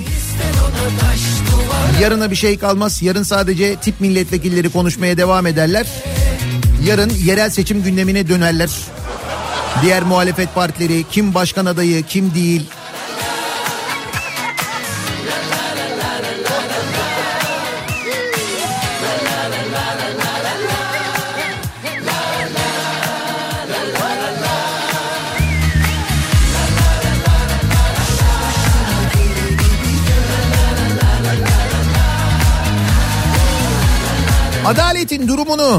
Yarına bir şey kalmaz. Yarın sadece tip milletvekilleri konuşmaya devam ederler. Yarın yerel seçim gündemine dönerler. Diğer muhalefet partileri, kim başkan adayı, kim değil. Adaletin durumunu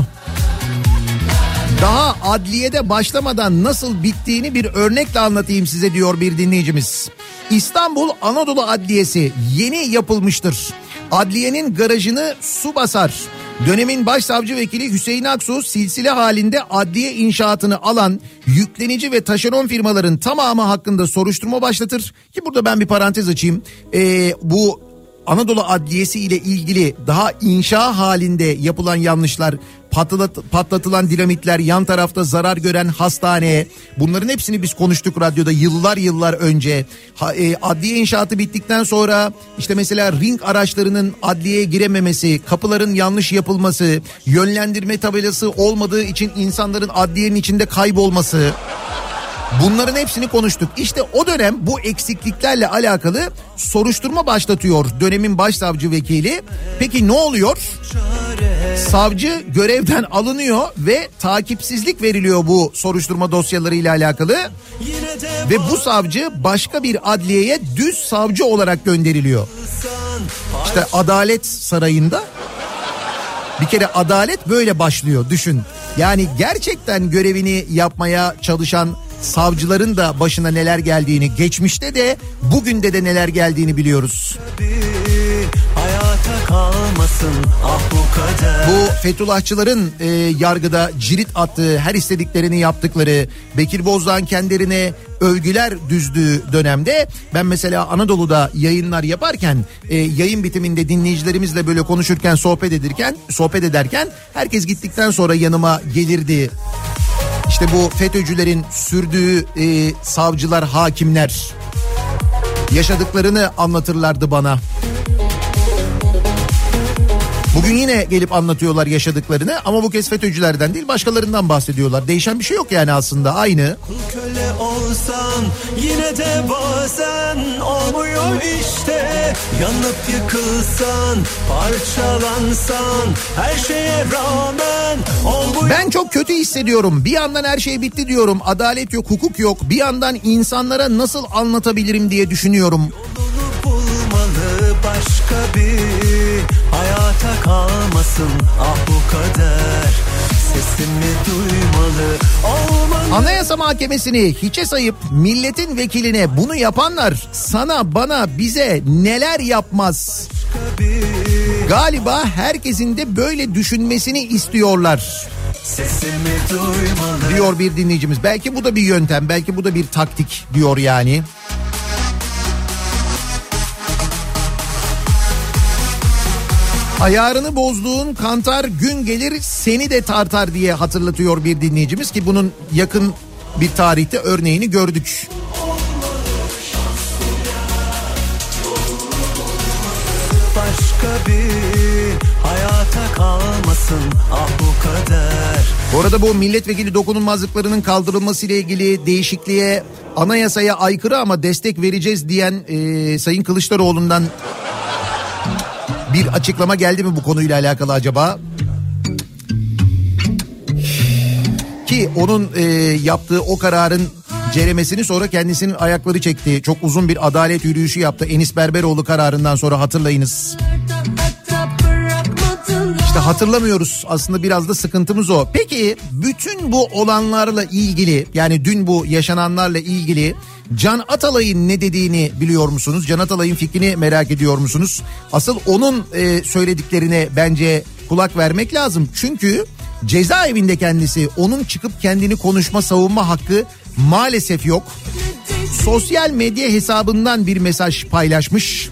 daha adliyede başlamadan nasıl bittiğini bir örnekle anlatayım size diyor bir dinleyicimiz. İstanbul Anadolu Adliyesi yeni yapılmıştır. Adliyenin garajını su basar. Dönemin başsavcı vekili Hüseyin Aksu silsile halinde adliye inşaatını alan yüklenici ve taşeron firmaların tamamı hakkında soruşturma başlatır. Ki burada ben bir parantez açayım. Bu Anadolu Adliyesi ile ilgili daha inşa halinde yapılan yanlışlar, patlatılan dinamitler, yan tarafta zarar gören hastane, bunların hepsini biz konuştuk radyoda yıllar önce. Adliye inşaatı bittikten sonra işte mesela ring araçlarının adliyeye girememesi, kapıların yanlış yapılması, yönlendirme tabelası olmadığı için insanların adliyenin içinde kaybolması... Bunların hepsini konuştuk. İşte o dönem bu eksikliklerle alakalı soruşturma başlatıyor dönemin başsavcı vekili. Peki ne oluyor? Savcı görevden alınıyor ve takipsizlik veriliyor bu soruşturma dosyalarıyla alakalı. Ve bu savcı başka bir adliyeye düz savcı olarak gönderiliyor. İşte Adalet Sarayı'nda bir kere adalet böyle başlıyor, düşün. Yani gerçekten görevini yapmaya çalışan savcıların da başına neler geldiğini, geçmişte de bugün de neler geldiğini biliyoruz. Bu Fethullahçıların yargıda cirit attığı, her istediklerini yaptıkları, Bekir Bozdağ'ın kendilerine övgüler düzdüğü dönemde ben mesela Anadolu'da yayınlar yaparken yayın bitiminde dinleyicilerimizle böyle konuşurken sohbet ederken herkes gittikten sonra yanıma gelirdi. İşte bu FETÖ'cülerin sürdüğü savcılar, hakimler yaşadıklarını anlatırlardı bana. Bugün yine gelip anlatıyorlar yaşadıklarını ama bu kez FETÖ'cülerden değil başkalarından bahsediyorlar. Değişen bir şey yok yani aslında, aynı. Kul köle olsan yine de bazen olmuyor işte. Yanıp yıkılsan, parçalansan, her şeye rağmen olmuyor. Ben çok kötü hissediyorum. Bir yandan her şey bitti diyorum. Adalet yok, hukuk yok. Bir yandan insanlara nasıl anlatabilirim diye düşünüyorum. Yolunu bulmalı başka bir hayata kalmasın ah bu kader. Sesimi duymalı olmalı. Anayasa Mahkemesi'ni hiçe sayıp milletin vekiline bunu yapanlar sana, bana, bize neler yapmaz? Galiba herkesin de böyle düşünmesini istiyorlar. Sesimi duymalı. Diyor bir dinleyicimiz. Belki bu da bir yöntem, belki bu da bir taktik diyor yani. Ayarını bozduğun kantar gün gelir seni de tartar diye hatırlatıyor bir dinleyicimiz ki bunun yakın bir tarihte örneğini gördük. Başka bir hayata kalmasın ah bu kader. Bu arada bu milletvekili dokunulmazlıklarının kaldırılması ile ilgili değişikliğe, anayasaya aykırı ama destek vereceğiz diyen Sayın Kılıçdaroğlu'ndan bir açıklama geldi mi bu konuyla alakalı acaba? Ki onun yaptığı o kararın ceremesini sonra kendisinin ayakları çekti. Çok uzun bir adalet yürüyüşü yaptı Enis Berberoğlu kararından sonra, hatırlayınız. İşte hatırlamıyoruz, aslında biraz da sıkıntımız o. Peki bütün bu olanlarla ilgili, yani dün bu yaşananlarla ilgili Can Atalay'ın ne dediğini biliyor musunuz? Can Atalay'ın fikrini merak ediyor musunuz? Asıl onun söylediklerine bence kulak vermek lazım. Çünkü cezaevinde kendisi, onun çıkıp kendini konuşma, savunma hakkı maalesef yok. Sosyal medya hesabından bir mesaj paylaşmış.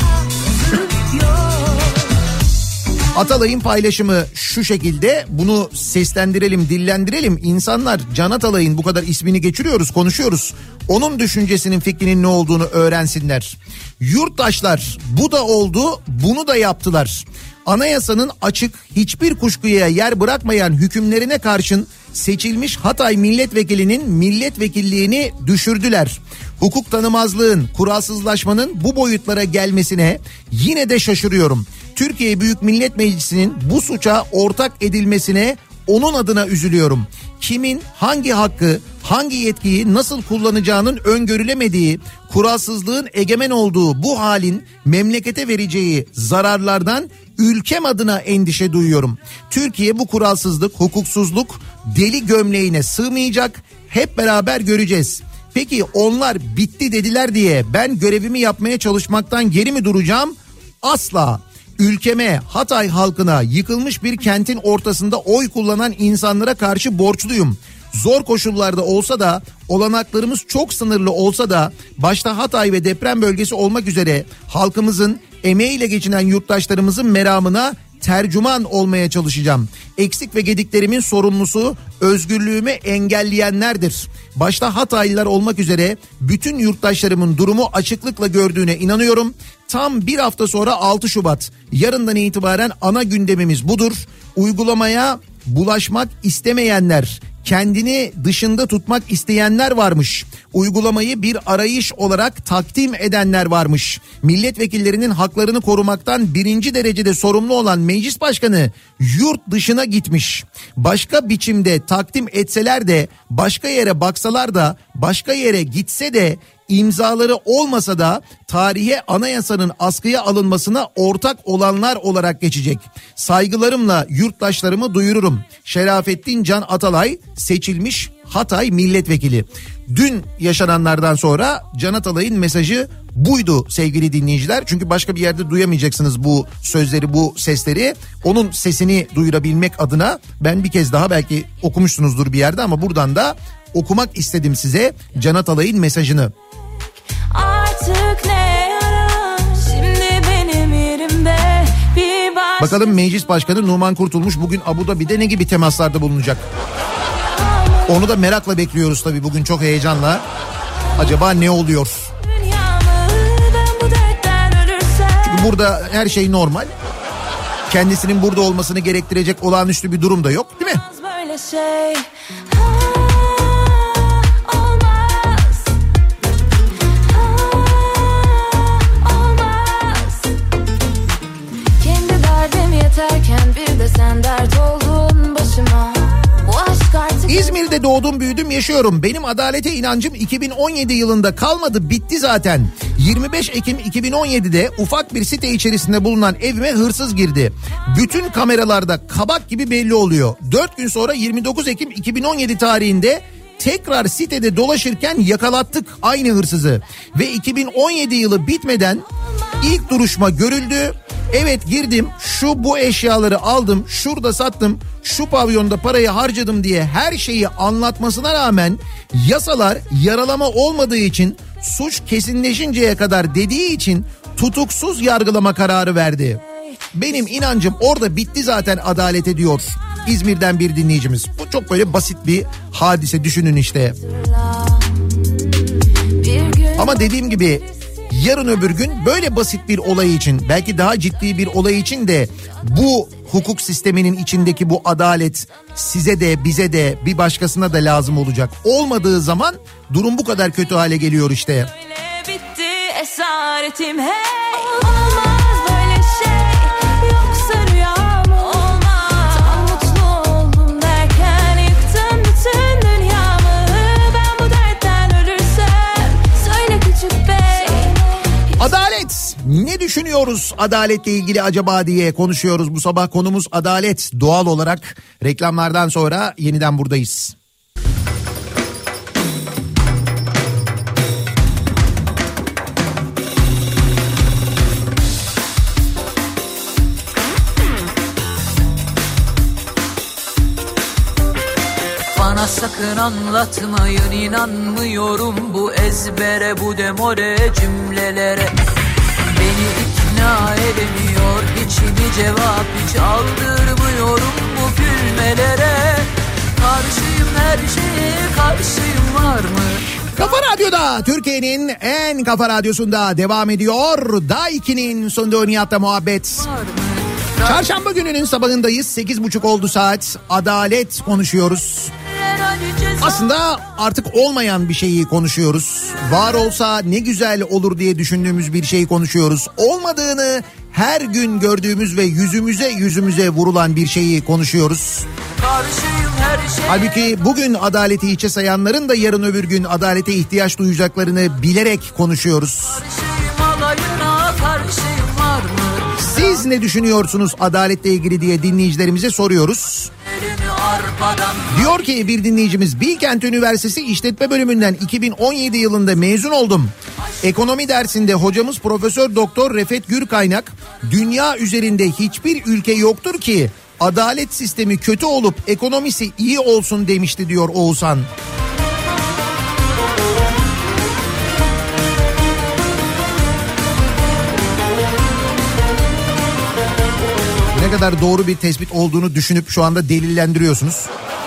Atalay'ın paylaşımı şu şekilde, bunu seslendirelim, dillendirelim. İnsanlar Can Atalay'ın, bu kadar ismini geçiriyoruz, konuşuyoruz, onun düşüncesinin, fikrinin ne olduğunu öğrensinler. Yurttaşlar, bu da oldu, bunu da yaptılar. Anayasanın açık, hiçbir kuşkuya yer bırakmayan hükümlerine karşın seçilmiş Hatay milletvekilinin milletvekilliğini düşürdüler. Hukuk tanımazlığın, kuralsızlaşmanın bu boyutlara gelmesine yine de şaşırıyorum. Türkiye Büyük Millet Meclisi'nin bu suça ortak edilmesine onun adına üzülüyorum. Kimin hangi hakkı, hangi yetkiyi nasıl kullanacağının öngörülemediği, kuralsızlığın egemen olduğu bu halin memlekete vereceği zararlardan ülkem adına endişe duyuyorum. Türkiye bu kuralsızlık, hukuksuzluk deli gömleğine sığmayacak. Hep beraber göreceğiz. Peki onlar bitti dediler diye ben görevimi yapmaya çalışmaktan geri mi duracağım? Asla. Ülkeme, Hatay halkına, yıkılmış bir kentin ortasında oy kullanan insanlara karşı borçluyum. Zor koşullarda olsa da, olanaklarımız çok sınırlı olsa da, başta Hatay ve deprem bölgesi olmak üzere halkımızın, emeğiyle geçinen yurttaşlarımızın meramına tercüman olmaya çalışacağım. Eksik ve gediklerimin sorumlusu özgürlüğümü engelleyenlerdir. Başta Hataylılar olmak üzere bütün yurttaşlarımın durumu açıklıkla gördüğüne inanıyorum. Tam bir hafta sonra 6 Şubat. Yarından itibaren ana gündemimiz budur. Uygulamaya bulaşmak istemeyenler, kendini dışında tutmak isteyenler varmış. Uygulamayı bir arayış olarak takdim edenler varmış. Milletvekillerinin haklarını korumaktan birinci derecede sorumlu olan meclis başkanı yurt dışına gitmiş. Başka biçimde takdim etseler de, başka yere baksalar da, başka yere gitse de, imzaları olmasa da tarihe anayasanın askıya alınmasına ortak olanlar olarak geçecek. Saygılarımla yurttaşlarımı duyururum. Şerafettin Can Atalay seçilmiş Hatay milletvekili. Dün yaşananlardan sonra Can Atalay'ın mesajı buydu sevgili dinleyiciler. Çünkü başka bir yerde duyamayacaksınız bu sözleri, bu sesleri. Onun sesini duyurabilmek adına ben bir kez daha, belki okumuşsunuzdur bir yerde ama buradan da okumak istedim size Can Atalay'ın mesajını. Bakalım Meclis Başkanı Numan Kurtulmuş bugün Abu Dhabi'de ne gibi temaslarda bulunacak? Onu da merakla bekliyoruz tabii, bugün çok heyecanla. Acaba ne oluyor? Çünkü burada her şey normal. Kendisinin burada olmasını gerektirecek olağanüstü bir durum da yok, değil mi? biterken bir de sen dert oldun başıma. Bu aşk artık... İzmir'de doğdum, büyüdüm, yaşıyorum. Benim adalete inancım 2017 yılında kalmadı, bitti zaten. 25 Ekim 2017'de ufak bir site içerisinde bulunan evime hırsız girdi. Bütün kameralarda kabak gibi belli oluyor. 4 gün sonra 29 Ekim 2017 tarihinde tekrar sitede dolaşırken yakalattık aynı hırsızı. Ve 2017 yılı bitmeden ilk duruşma görüldü. Evet, girdim, şu bu eşyaları aldım, şurada sattım, şu pavyonda parayı harcadım diye her şeyi anlatmasına rağmen yasalar yaralama olmadığı için, suç kesinleşinceye kadar dediği için tutuksuz yargılama kararı verdi. Benim inancım orada bitti zaten adalete diyor İzmir'den bir dinleyicimiz. Bu çok böyle basit bir hadise, düşünün işte. Ama dediğim gibi yarın öbür gün böyle basit bir olay için, belki daha ciddi bir olay için de bu hukuk sisteminin içindeki bu adalet size de bize de bir başkasına da lazım olacak. Olmadığı zaman durum bu kadar kötü hale geliyor işte. Öyle bitti esaretim, hey. Olmaz böyle şey, yoksa rüya mı? Olmaz. Tam mutlu oldum derken yıktın bütün dünyamı. Ben bu dertten ölürsem söyle küçük bey. Adalet. Ne düşünüyoruz adaletle ilgili acaba diye konuşuyoruz. Bu sabah konumuz adalet. Doğal olarak reklamlardan sonra yeniden buradayız. Bana sakın anlatmayın, inanmıyorum bu ezbere, bu demore cümlelere. Beni ikna edemiyor, içimi cevap hiç aldırmıyorum bu gülmelere. Karşıyım her şeye, karşıyım var mı? Kafa Radyo'da, Türkiye'nin en kafa radyosunda devam ediyor. Daiki'nin sunduğu Nihat'la muhabbet. Çarşamba gününün sabahındayız. 8.30 oldu saat. Adalet konuşuyoruz. Aslında artık olmayan bir şeyi konuşuyoruz. Var olsa ne güzel olur diye düşündüğümüz bir şeyi konuşuyoruz. Olmadığını her gün gördüğümüz ve yüzümüze vurulan bir şeyi konuşuyoruz. Halbuki bugün adaleti hiçe sayanların da yarın öbür gün adalete ihtiyaç duyacaklarını bilerek konuşuyoruz. Siz ne düşünüyorsunuz adaletle ilgili diye dinleyicilerimize soruyoruz. Diyor ki bir dinleyicimiz, Bilkent Üniversitesi İşletme Bölümünden 2017 yılında mezun oldum. Ekonomi dersinde hocamız Profesör Doktor Refet Gürkaynak, dünya üzerinde hiçbir ülke yoktur ki adalet sistemi kötü olup ekonomisi iyi olsun demişti diyor Oğuzhan. Ne kadar doğru bir tespit olduğunu düşünüp şu anda delillendiriyorsunuz.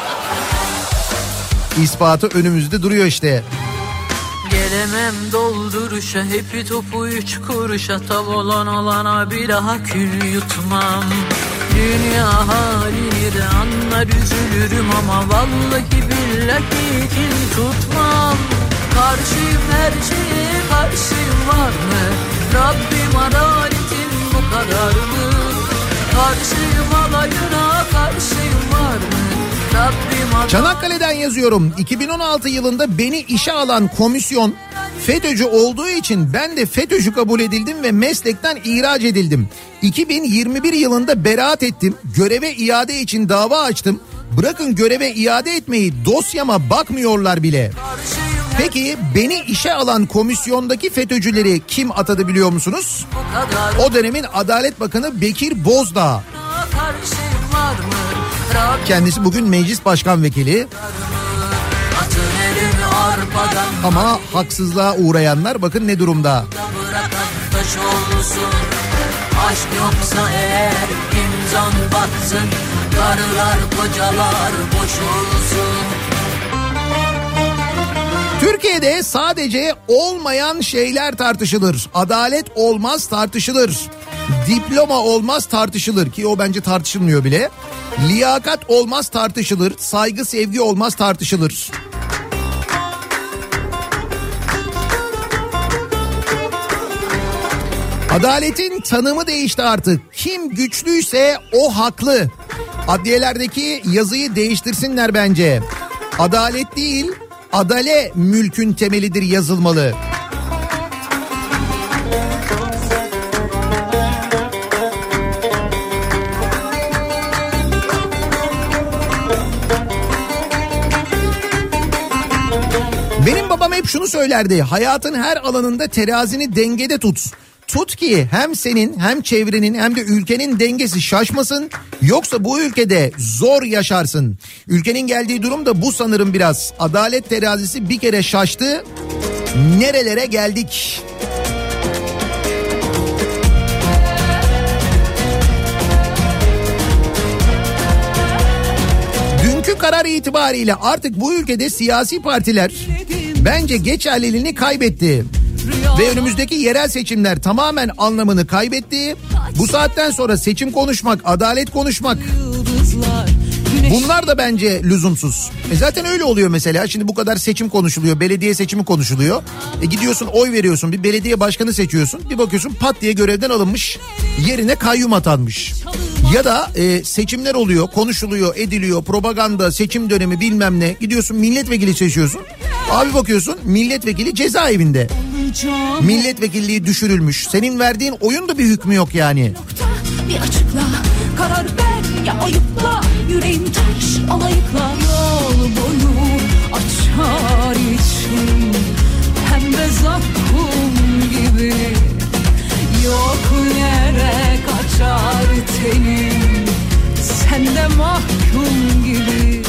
İspatı önümüzde duruyor işte. Gelemem dolduruşa, hepi topu 3 kuruşa, tav olan olana bir daha kül yutmam. Dünya halini de anlar üzülürüm ama vallahi billahi kin tutmam. Karşıyım her şeye, karşıyım var mı? Rabbim adaletin bu kadar mı? Karşıyım alayına, karşıyım var mı? Çanakkale'den yazıyorum. 2016 yılında beni işe alan komisyon FETÖ'cü olduğu için ben de FETÖ'cü kabul edildim ve meslekten ihraç edildim. 2021 yılında beraat ettim. Göreve iade için dava açtım. Bırakın göreve iade etmeyi, dosyama bakmıyorlar bile. Peki beni işe alan komisyondaki FETÖ'cüleri kim atadı biliyor musunuz? O dönemin Adalet Bakanı Bekir Bozdağ. Kendisi bugün meclis başkan vekili. Ama haksızlığa uğrayanlar bakın ne durumda. Aşk yoksa eğer imzan batsın, karılar kocalar boşulsun. Türkiye'de sadece olmayan şeyler tartışılır. Adalet olmaz tartışılır. Diploma olmaz tartışılır ki o bence tartışılmıyor bile. Liyakat olmaz tartışılır. Saygı sevgi olmaz tartışılır. Adaletin tanımı değişti artık. Kim güçlüyse o haklı. Adliyelerdeki yazıyı değiştirsinler bence. Adalet değil, adale mülkün temelidir yazılmalı. Benim babam hep şunu söylerdi. Hayatın her alanında terazini dengede tut. Tut ki hem senin hem çevrenin hem de ülkenin dengesi şaşmasın. Yoksa bu ülkede zor yaşarsın. Ülkenin geldiği durum da bu sanırım biraz. Adalet terazisi bir kere şaştı. Nerelere geldik? Dünkü karar itibariyle artık bu ülkede siyasi partiler bence geçerliliğini kaybetti. Ve önümüzdeki yerel seçimler tamamen anlamını kaybetti. Bu saatten sonra seçim konuşmak, adalet konuşmak, bunlar da bence lüzumsuz. Zaten öyle oluyor mesela. Şimdi bu kadar seçim konuşuluyor, belediye seçimi konuşuluyor. Gidiyorsun oy veriyorsun, bir belediye başkanı seçiyorsun. Bir bakıyorsun pat diye görevden alınmış, yerine kayyum atanmış. Ya da seçimler oluyor, konuşuluyor, ediliyor, propaganda, seçim dönemi bilmem ne. Gidiyorsun milletvekili seçiyorsun. Abi bakıyorsun milletvekili cezaevinde. Milletvekilliği düşürülmüş. Senin verdiğin oyun da bir hükmü yok yani. Bir açıkla, karar ver ya ayıpla. Yüreğim taş alayıkla. Yol boyu açar için hem de zakkum gibi. Yok yere kaçar tenim, sen de mahkum gibi.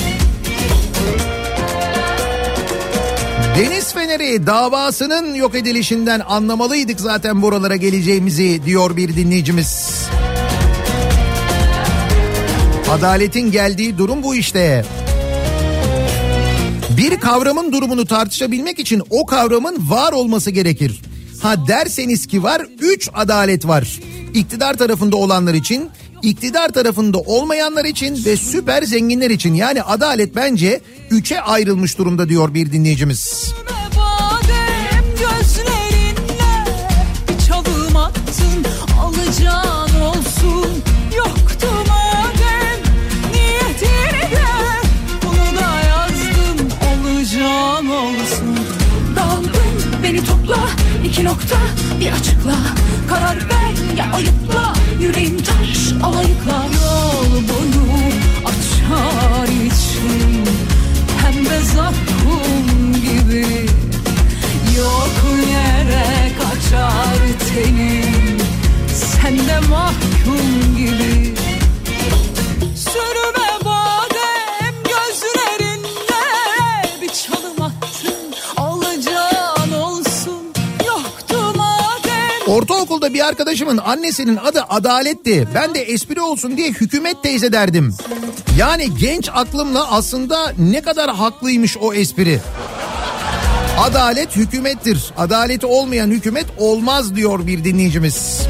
Deniz Feneri davasının yok edilişinden anlamalıydık zaten buralara geleceğimizi diyor bir dinleyicimiz. Adaletin geldiği durum bu işte. Bir kavramın durumunu tartışabilmek için o kavramın var olması gerekir. Ha derseniz ki var, 3 adalet var. İktidar tarafında olanlar için, iktidar tarafında olmayanlar için ve süper zenginler için. Yani adalet bence 3'e ayrılmış durumda diyor bir dinleyicimiz. Badem gözlerinle bir çalım attın, alacağın olsun. Yoktu madem niyetine gel, bunu da yazdım, olacağın olsun. Daldın beni topla, 2 nokta bir açıkla. Karar ver ya ayıpla, yüreğim taş alayıkla. Yol boyu açar için hem de zakkum gibi. Yok yere kaçar tenim, sen de mahkum gibi. Sürme badem gözlerinde bir çalım attın, alacağın olsun. Yoktu madem. Ortaokulda bir arkadaşımın annesinin adı Adalet'ti. Ben de espri olsun diye Hükümet teyze derdim. Yani genç aklımla aslında ne kadar haklıymış o espri. Adalet hükümettir. Adaleti olmayan hükümet olmaz diyor bir dinleyicimiz.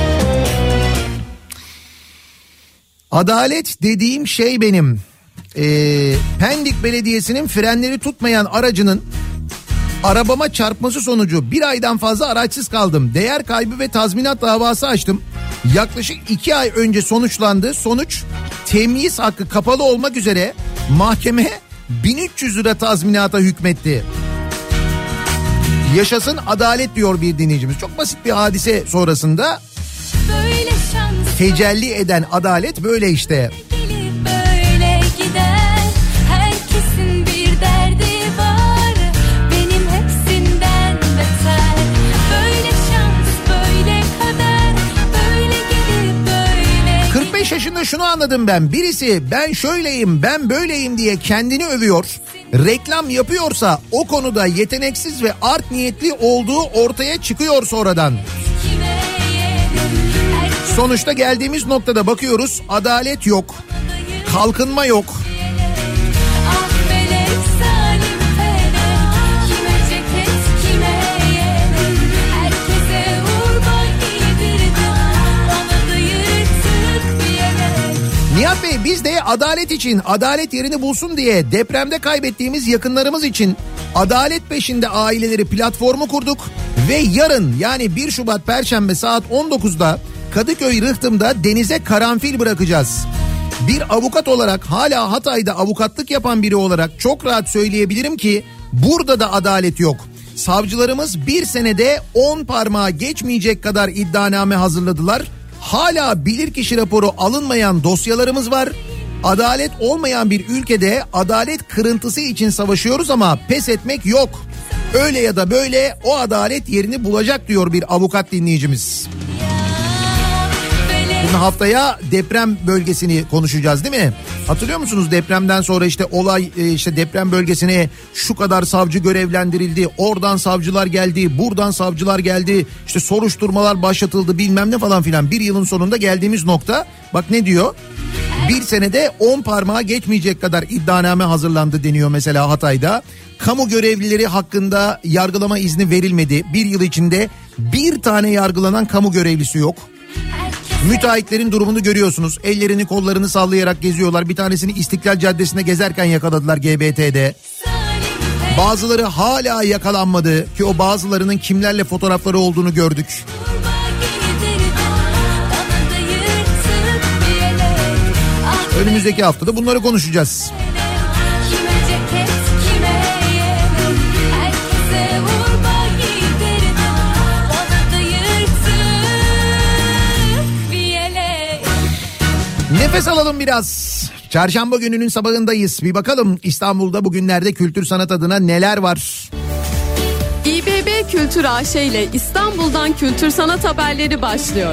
Adalet dediğim şey benim. Pendik Belediyesi'nin frenleri tutmayan aracının arabama çarpması sonucu 1 aydan fazla araçsız kaldım. Değer kaybı ve tazminat davası açtım. Yaklaşık 2 ay önce sonuçlandı. Sonuç temyiz hakkı kapalı olmak üzere mahkeme 1300 lira tazminata hükmetti. Yaşasın adalet diyor bir dinleyicimiz. Çok basit bir hadise sonrasında tecelli eden adalet böyle işte. Böyle gider, herkesin bir derdi var. Benim hepsinden beter. Böyle şans, böyle kader, böyle gelip böyle. 45 yaşında şunu anladım ben. Birisi ben şöyleyim, ben böyleyim diye kendini övüyor. Reklam yapıyorsa o konuda yeteneksiz ve art niyetli olduğu ortaya çıkıyor sonradan. Sonuçta geldiğimiz noktada bakıyoruz, adalet yok, kalkınma yok. Nihat Bey, biz de adalet için, adalet yerini bulsun diye depremde kaybettiğimiz yakınlarımız için Adalet Peşinde Aileleri platformu kurduk ve yarın, yani 1 Şubat Perşembe saat 19'da Kadıköy Rıhtım'da denize karanfil bırakacağız. Bir avukat olarak, hala Hatay'da avukatlık yapan biri olarak çok rahat söyleyebilirim ki burada da adalet yok. Savcılarımız bir senede 10 parmağı geçmeyecek kadar iddianame hazırladılar. Hala bilirkişi raporu alınmayan dosyalarımız var. Adalet olmayan bir ülkede adalet kırıntısı için savaşıyoruz ama pes etmek yok. Öyle ya da böyle o adalet yerini bulacak diyor bir avukat dinleyicimiz. Bugün haftaya deprem bölgesini konuşacağız değil mi? Hatırlıyor musunuz, depremden sonra işte olay, işte deprem bölgesine şu kadar savcı görevlendirildi. Oradan savcılar geldi, buradan savcılar geldi. İşte soruşturmalar başlatıldı, bilmem ne falan filan. Bir yılın sonunda geldiğimiz nokta, bak ne diyor? Bir senede 10 parmağı geçmeyecek kadar iddianame hazırlandı deniyor mesela Hatay'da. Kamu görevlileri hakkında yargılama izni verilmedi. Bir yıl içinde bir tane yargılanan kamu görevlisi yok. Müteahhitlerin durumunu görüyorsunuz. Ellerini kollarını sallayarak geziyorlar. Bir tanesini İstiklal Caddesi'nde gezerken yakaladılar GBT'de. Bazıları hala yakalanmadı ki o bazılarının kimlerle fotoğrafları olduğunu gördük. Önümüzdeki haftada bunları konuşacağız. Nefes alalım biraz. Çarşamba gününün sabahındayız. Bir bakalım İstanbul'da bugünlerde kültür sanat adına neler var? İBB Kültür AŞ ile İstanbul'dan kültür sanat haberleri başlıyor.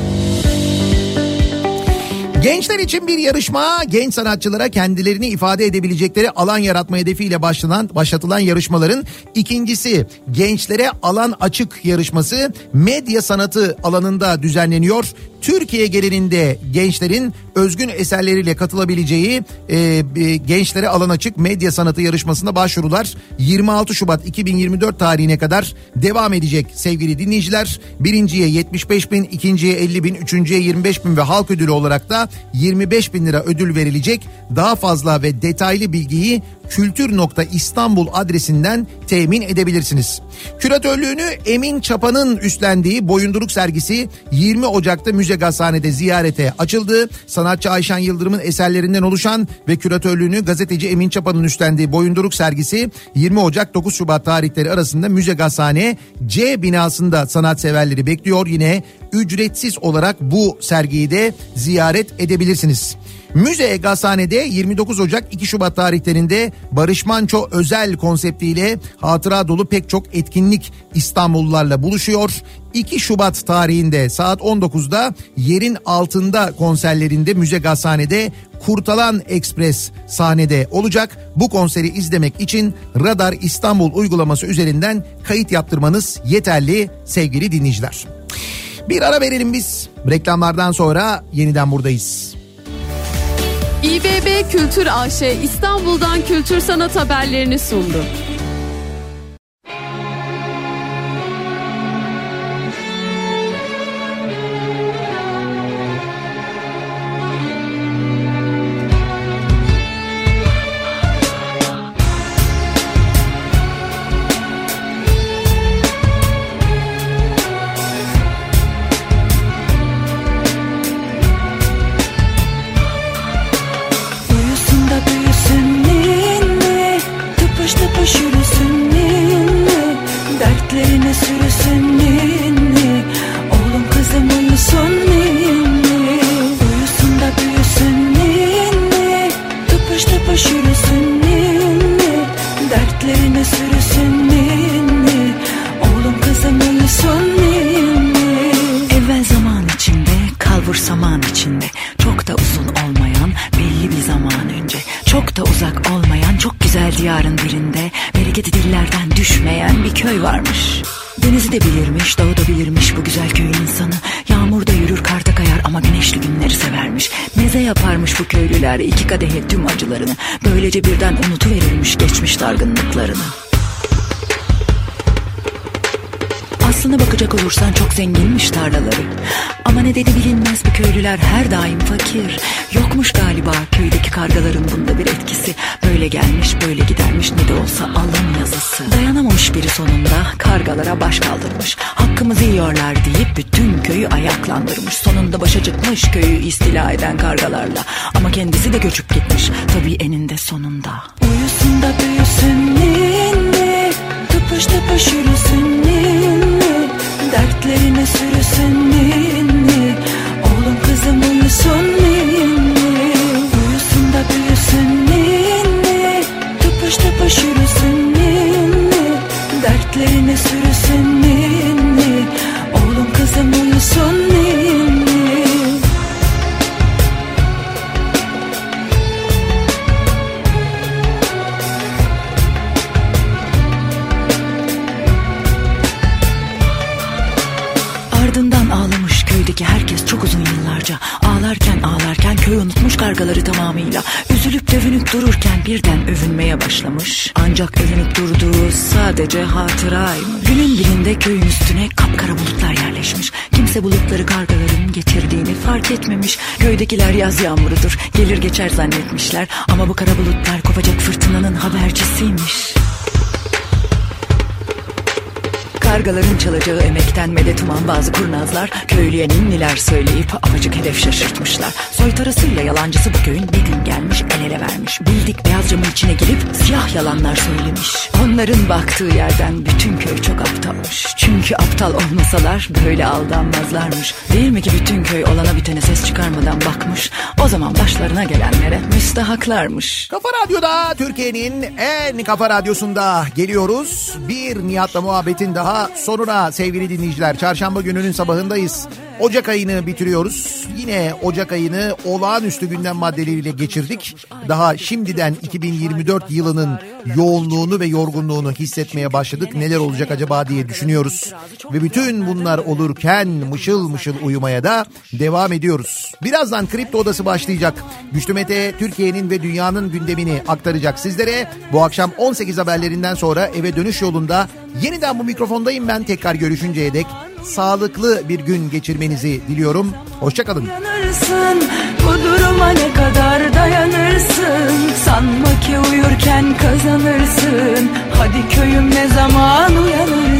Gençler için bir yarışma, genç sanatçılara kendilerini ifade edebilecekleri alan yaratma hedefiyle başlatılan yarışmaların ikincisi, gençlere alan açık yarışması medya sanatı alanında düzenleniyor. Türkiye genelinde gençlerin özgün eserleriyle katılabileceği gençlere alan açık medya sanatı yarışmasına başvurular 26 Şubat 2024 tarihine kadar devam edecek sevgili dinleyiciler. Birinciye 75.000, ikinciye 50.000, üçüncüye 25.000 ve halk ödülü olarak da 25.000 lira ödül verilecek. Daha fazla ve detaylı bilgiyi kültür.istanbul adresinden temin edebilirsiniz. Küratörlüğünü Emin Çapa'nın üstlendiği boyunduruk sergisi 20 Ocak'ta Müze Gazhane'de ziyarete açıldı. Sanatçı Ayşen Yıldırım'ın eserlerinden oluşan ve küratörlüğünü gazeteci Emin Çapa'nın üstlendiği boyunduruk sergisi 20 Ocak 9 Şubat tarihleri arasında Müze Gazhane C binasında sanatseverleri bekliyor. Yine ücretsiz olarak bu sergiyi de ziyaret edebilirsiniz. Müze Gazhane'de 29 Ocak 2 Şubat tarihlerinde Barış Manço özel konseptiyle hatıra dolu pek çok etkinlik İstanbullularla buluşuyor. 2 Şubat tarihinde saat 19'da Yerin Altında konserlerinde Müze Gazhane'de Kurtalan Ekspres sahnede olacak. Bu konseri izlemek için Radar İstanbul uygulaması üzerinden kayıt yaptırmanız yeterli sevgili dinleyiciler. Bir ara verelim biz. Reklamlardan sonra yeniden buradayız. İBB Kültür AŞ İstanbul'dan kültür sanat haberlerini sundu. İki kadehe tüm acılarını, böylece birden unutuverilmiş geçmiş dargınlıklarını. Aslına bakacak olursan çok zenginmiş tarlaları. Ama ne dedi bilinmez, bu köylüler her daim fakir. Yokmuş galiba köydeki kargaların bunda bir etkisi. Böyle gelmiş böyle gidermiş, ne de olsa alın yazısı. Dayanamamış biri sonunda kargalara baş kaldırmış. Hakkımızı yiyorlar deyip bütün köyü ayaklandırmış. Sonunda başa çıkmış köyü istila eden kargalarla. Ama kendisi de göçüp gitmiş tabii eninde sonunda. Uyusun da büyüsün ninni, tıpış tıpış yürüsün ninni, dertlerine sürüsün ninni, oğlum kızım uyusun ninni. Uyusun da büyüsün ninni, tıpış tıpış yürüsün ninni, dertlerine sürüsün ninni, oğlum kızım uyusun ninni. Ardından ağlamış köydeki herkes çok uzun yıllarca. Ağlarken köy unutmuş kargaları tamamıyla. Üzülüp dövünüp dururken birden övünmeye başlamış. Ancak övünüp durduğu sadece hatıraymış. Günün birinde köyün üstüne kapkara bulutlar yerleşmiş. Kimse bulutları kargaların getirdiğini fark etmemiş. Köydekiler yaz yağmurudur, gelir geçer zannetmişler. Ama bu kara bulutlar kopacak fırtınanın habercisiymiş. Kargaların çalacağı emekten medet uman bazı kurnazlar köylüye ninniler söyleyip apacık hedef şaşırtmışlar. Soytarısıyla yalancısı bu köyün bir gün gelmiş el ele vermiş. Bildik beyaz camın içine girip siyah yalanlar söylemiş. Onların baktığı yerden bütün köy çok aptalmış. Çünkü aptal olmasalar böyle aldanmazlarmış. Değil mi ki bütün köy olana bitene ses çıkarmadan bakmış. O zaman başlarına gelenlere müstahaklarmış. Kafa Radyo'da, Türkiye'nin en kafa radyosunda geliyoruz. Bir Nihat'la muhabbetin daha sonuna sevgili dinleyiciler. Çarşamba gününün sabahındayız. Ocak ayını bitiriyoruz. Yine Ocak ayını olağanüstü gündem maddeleriyle geçirdik. Daha şimdiden 2024 yılının yoğunluğunu ve yorgunluğunu hissetmeye başladık. Neler olacak acaba diye düşünüyoruz. Ve bütün bunlar olurken mışıl mışıl uyumaya da devam ediyoruz. Birazdan Kripto Odası başlayacak. Güçlü Mete Türkiye'nin ve dünyanın gündemini aktaracak sizlere. Bu akşam 18 haberlerinden sonra eve dönüş yolunda yeniden bu mikrofondayım ben. Tekrar görüşünceye dek sağlıklı bir gün geçirmenizi diliyorum. Hoşçakalın. Bu duruma ne kadar dayanırsın? Sanma ki uyurken kazanırsın. Hadi köyüm ne zaman uyanır?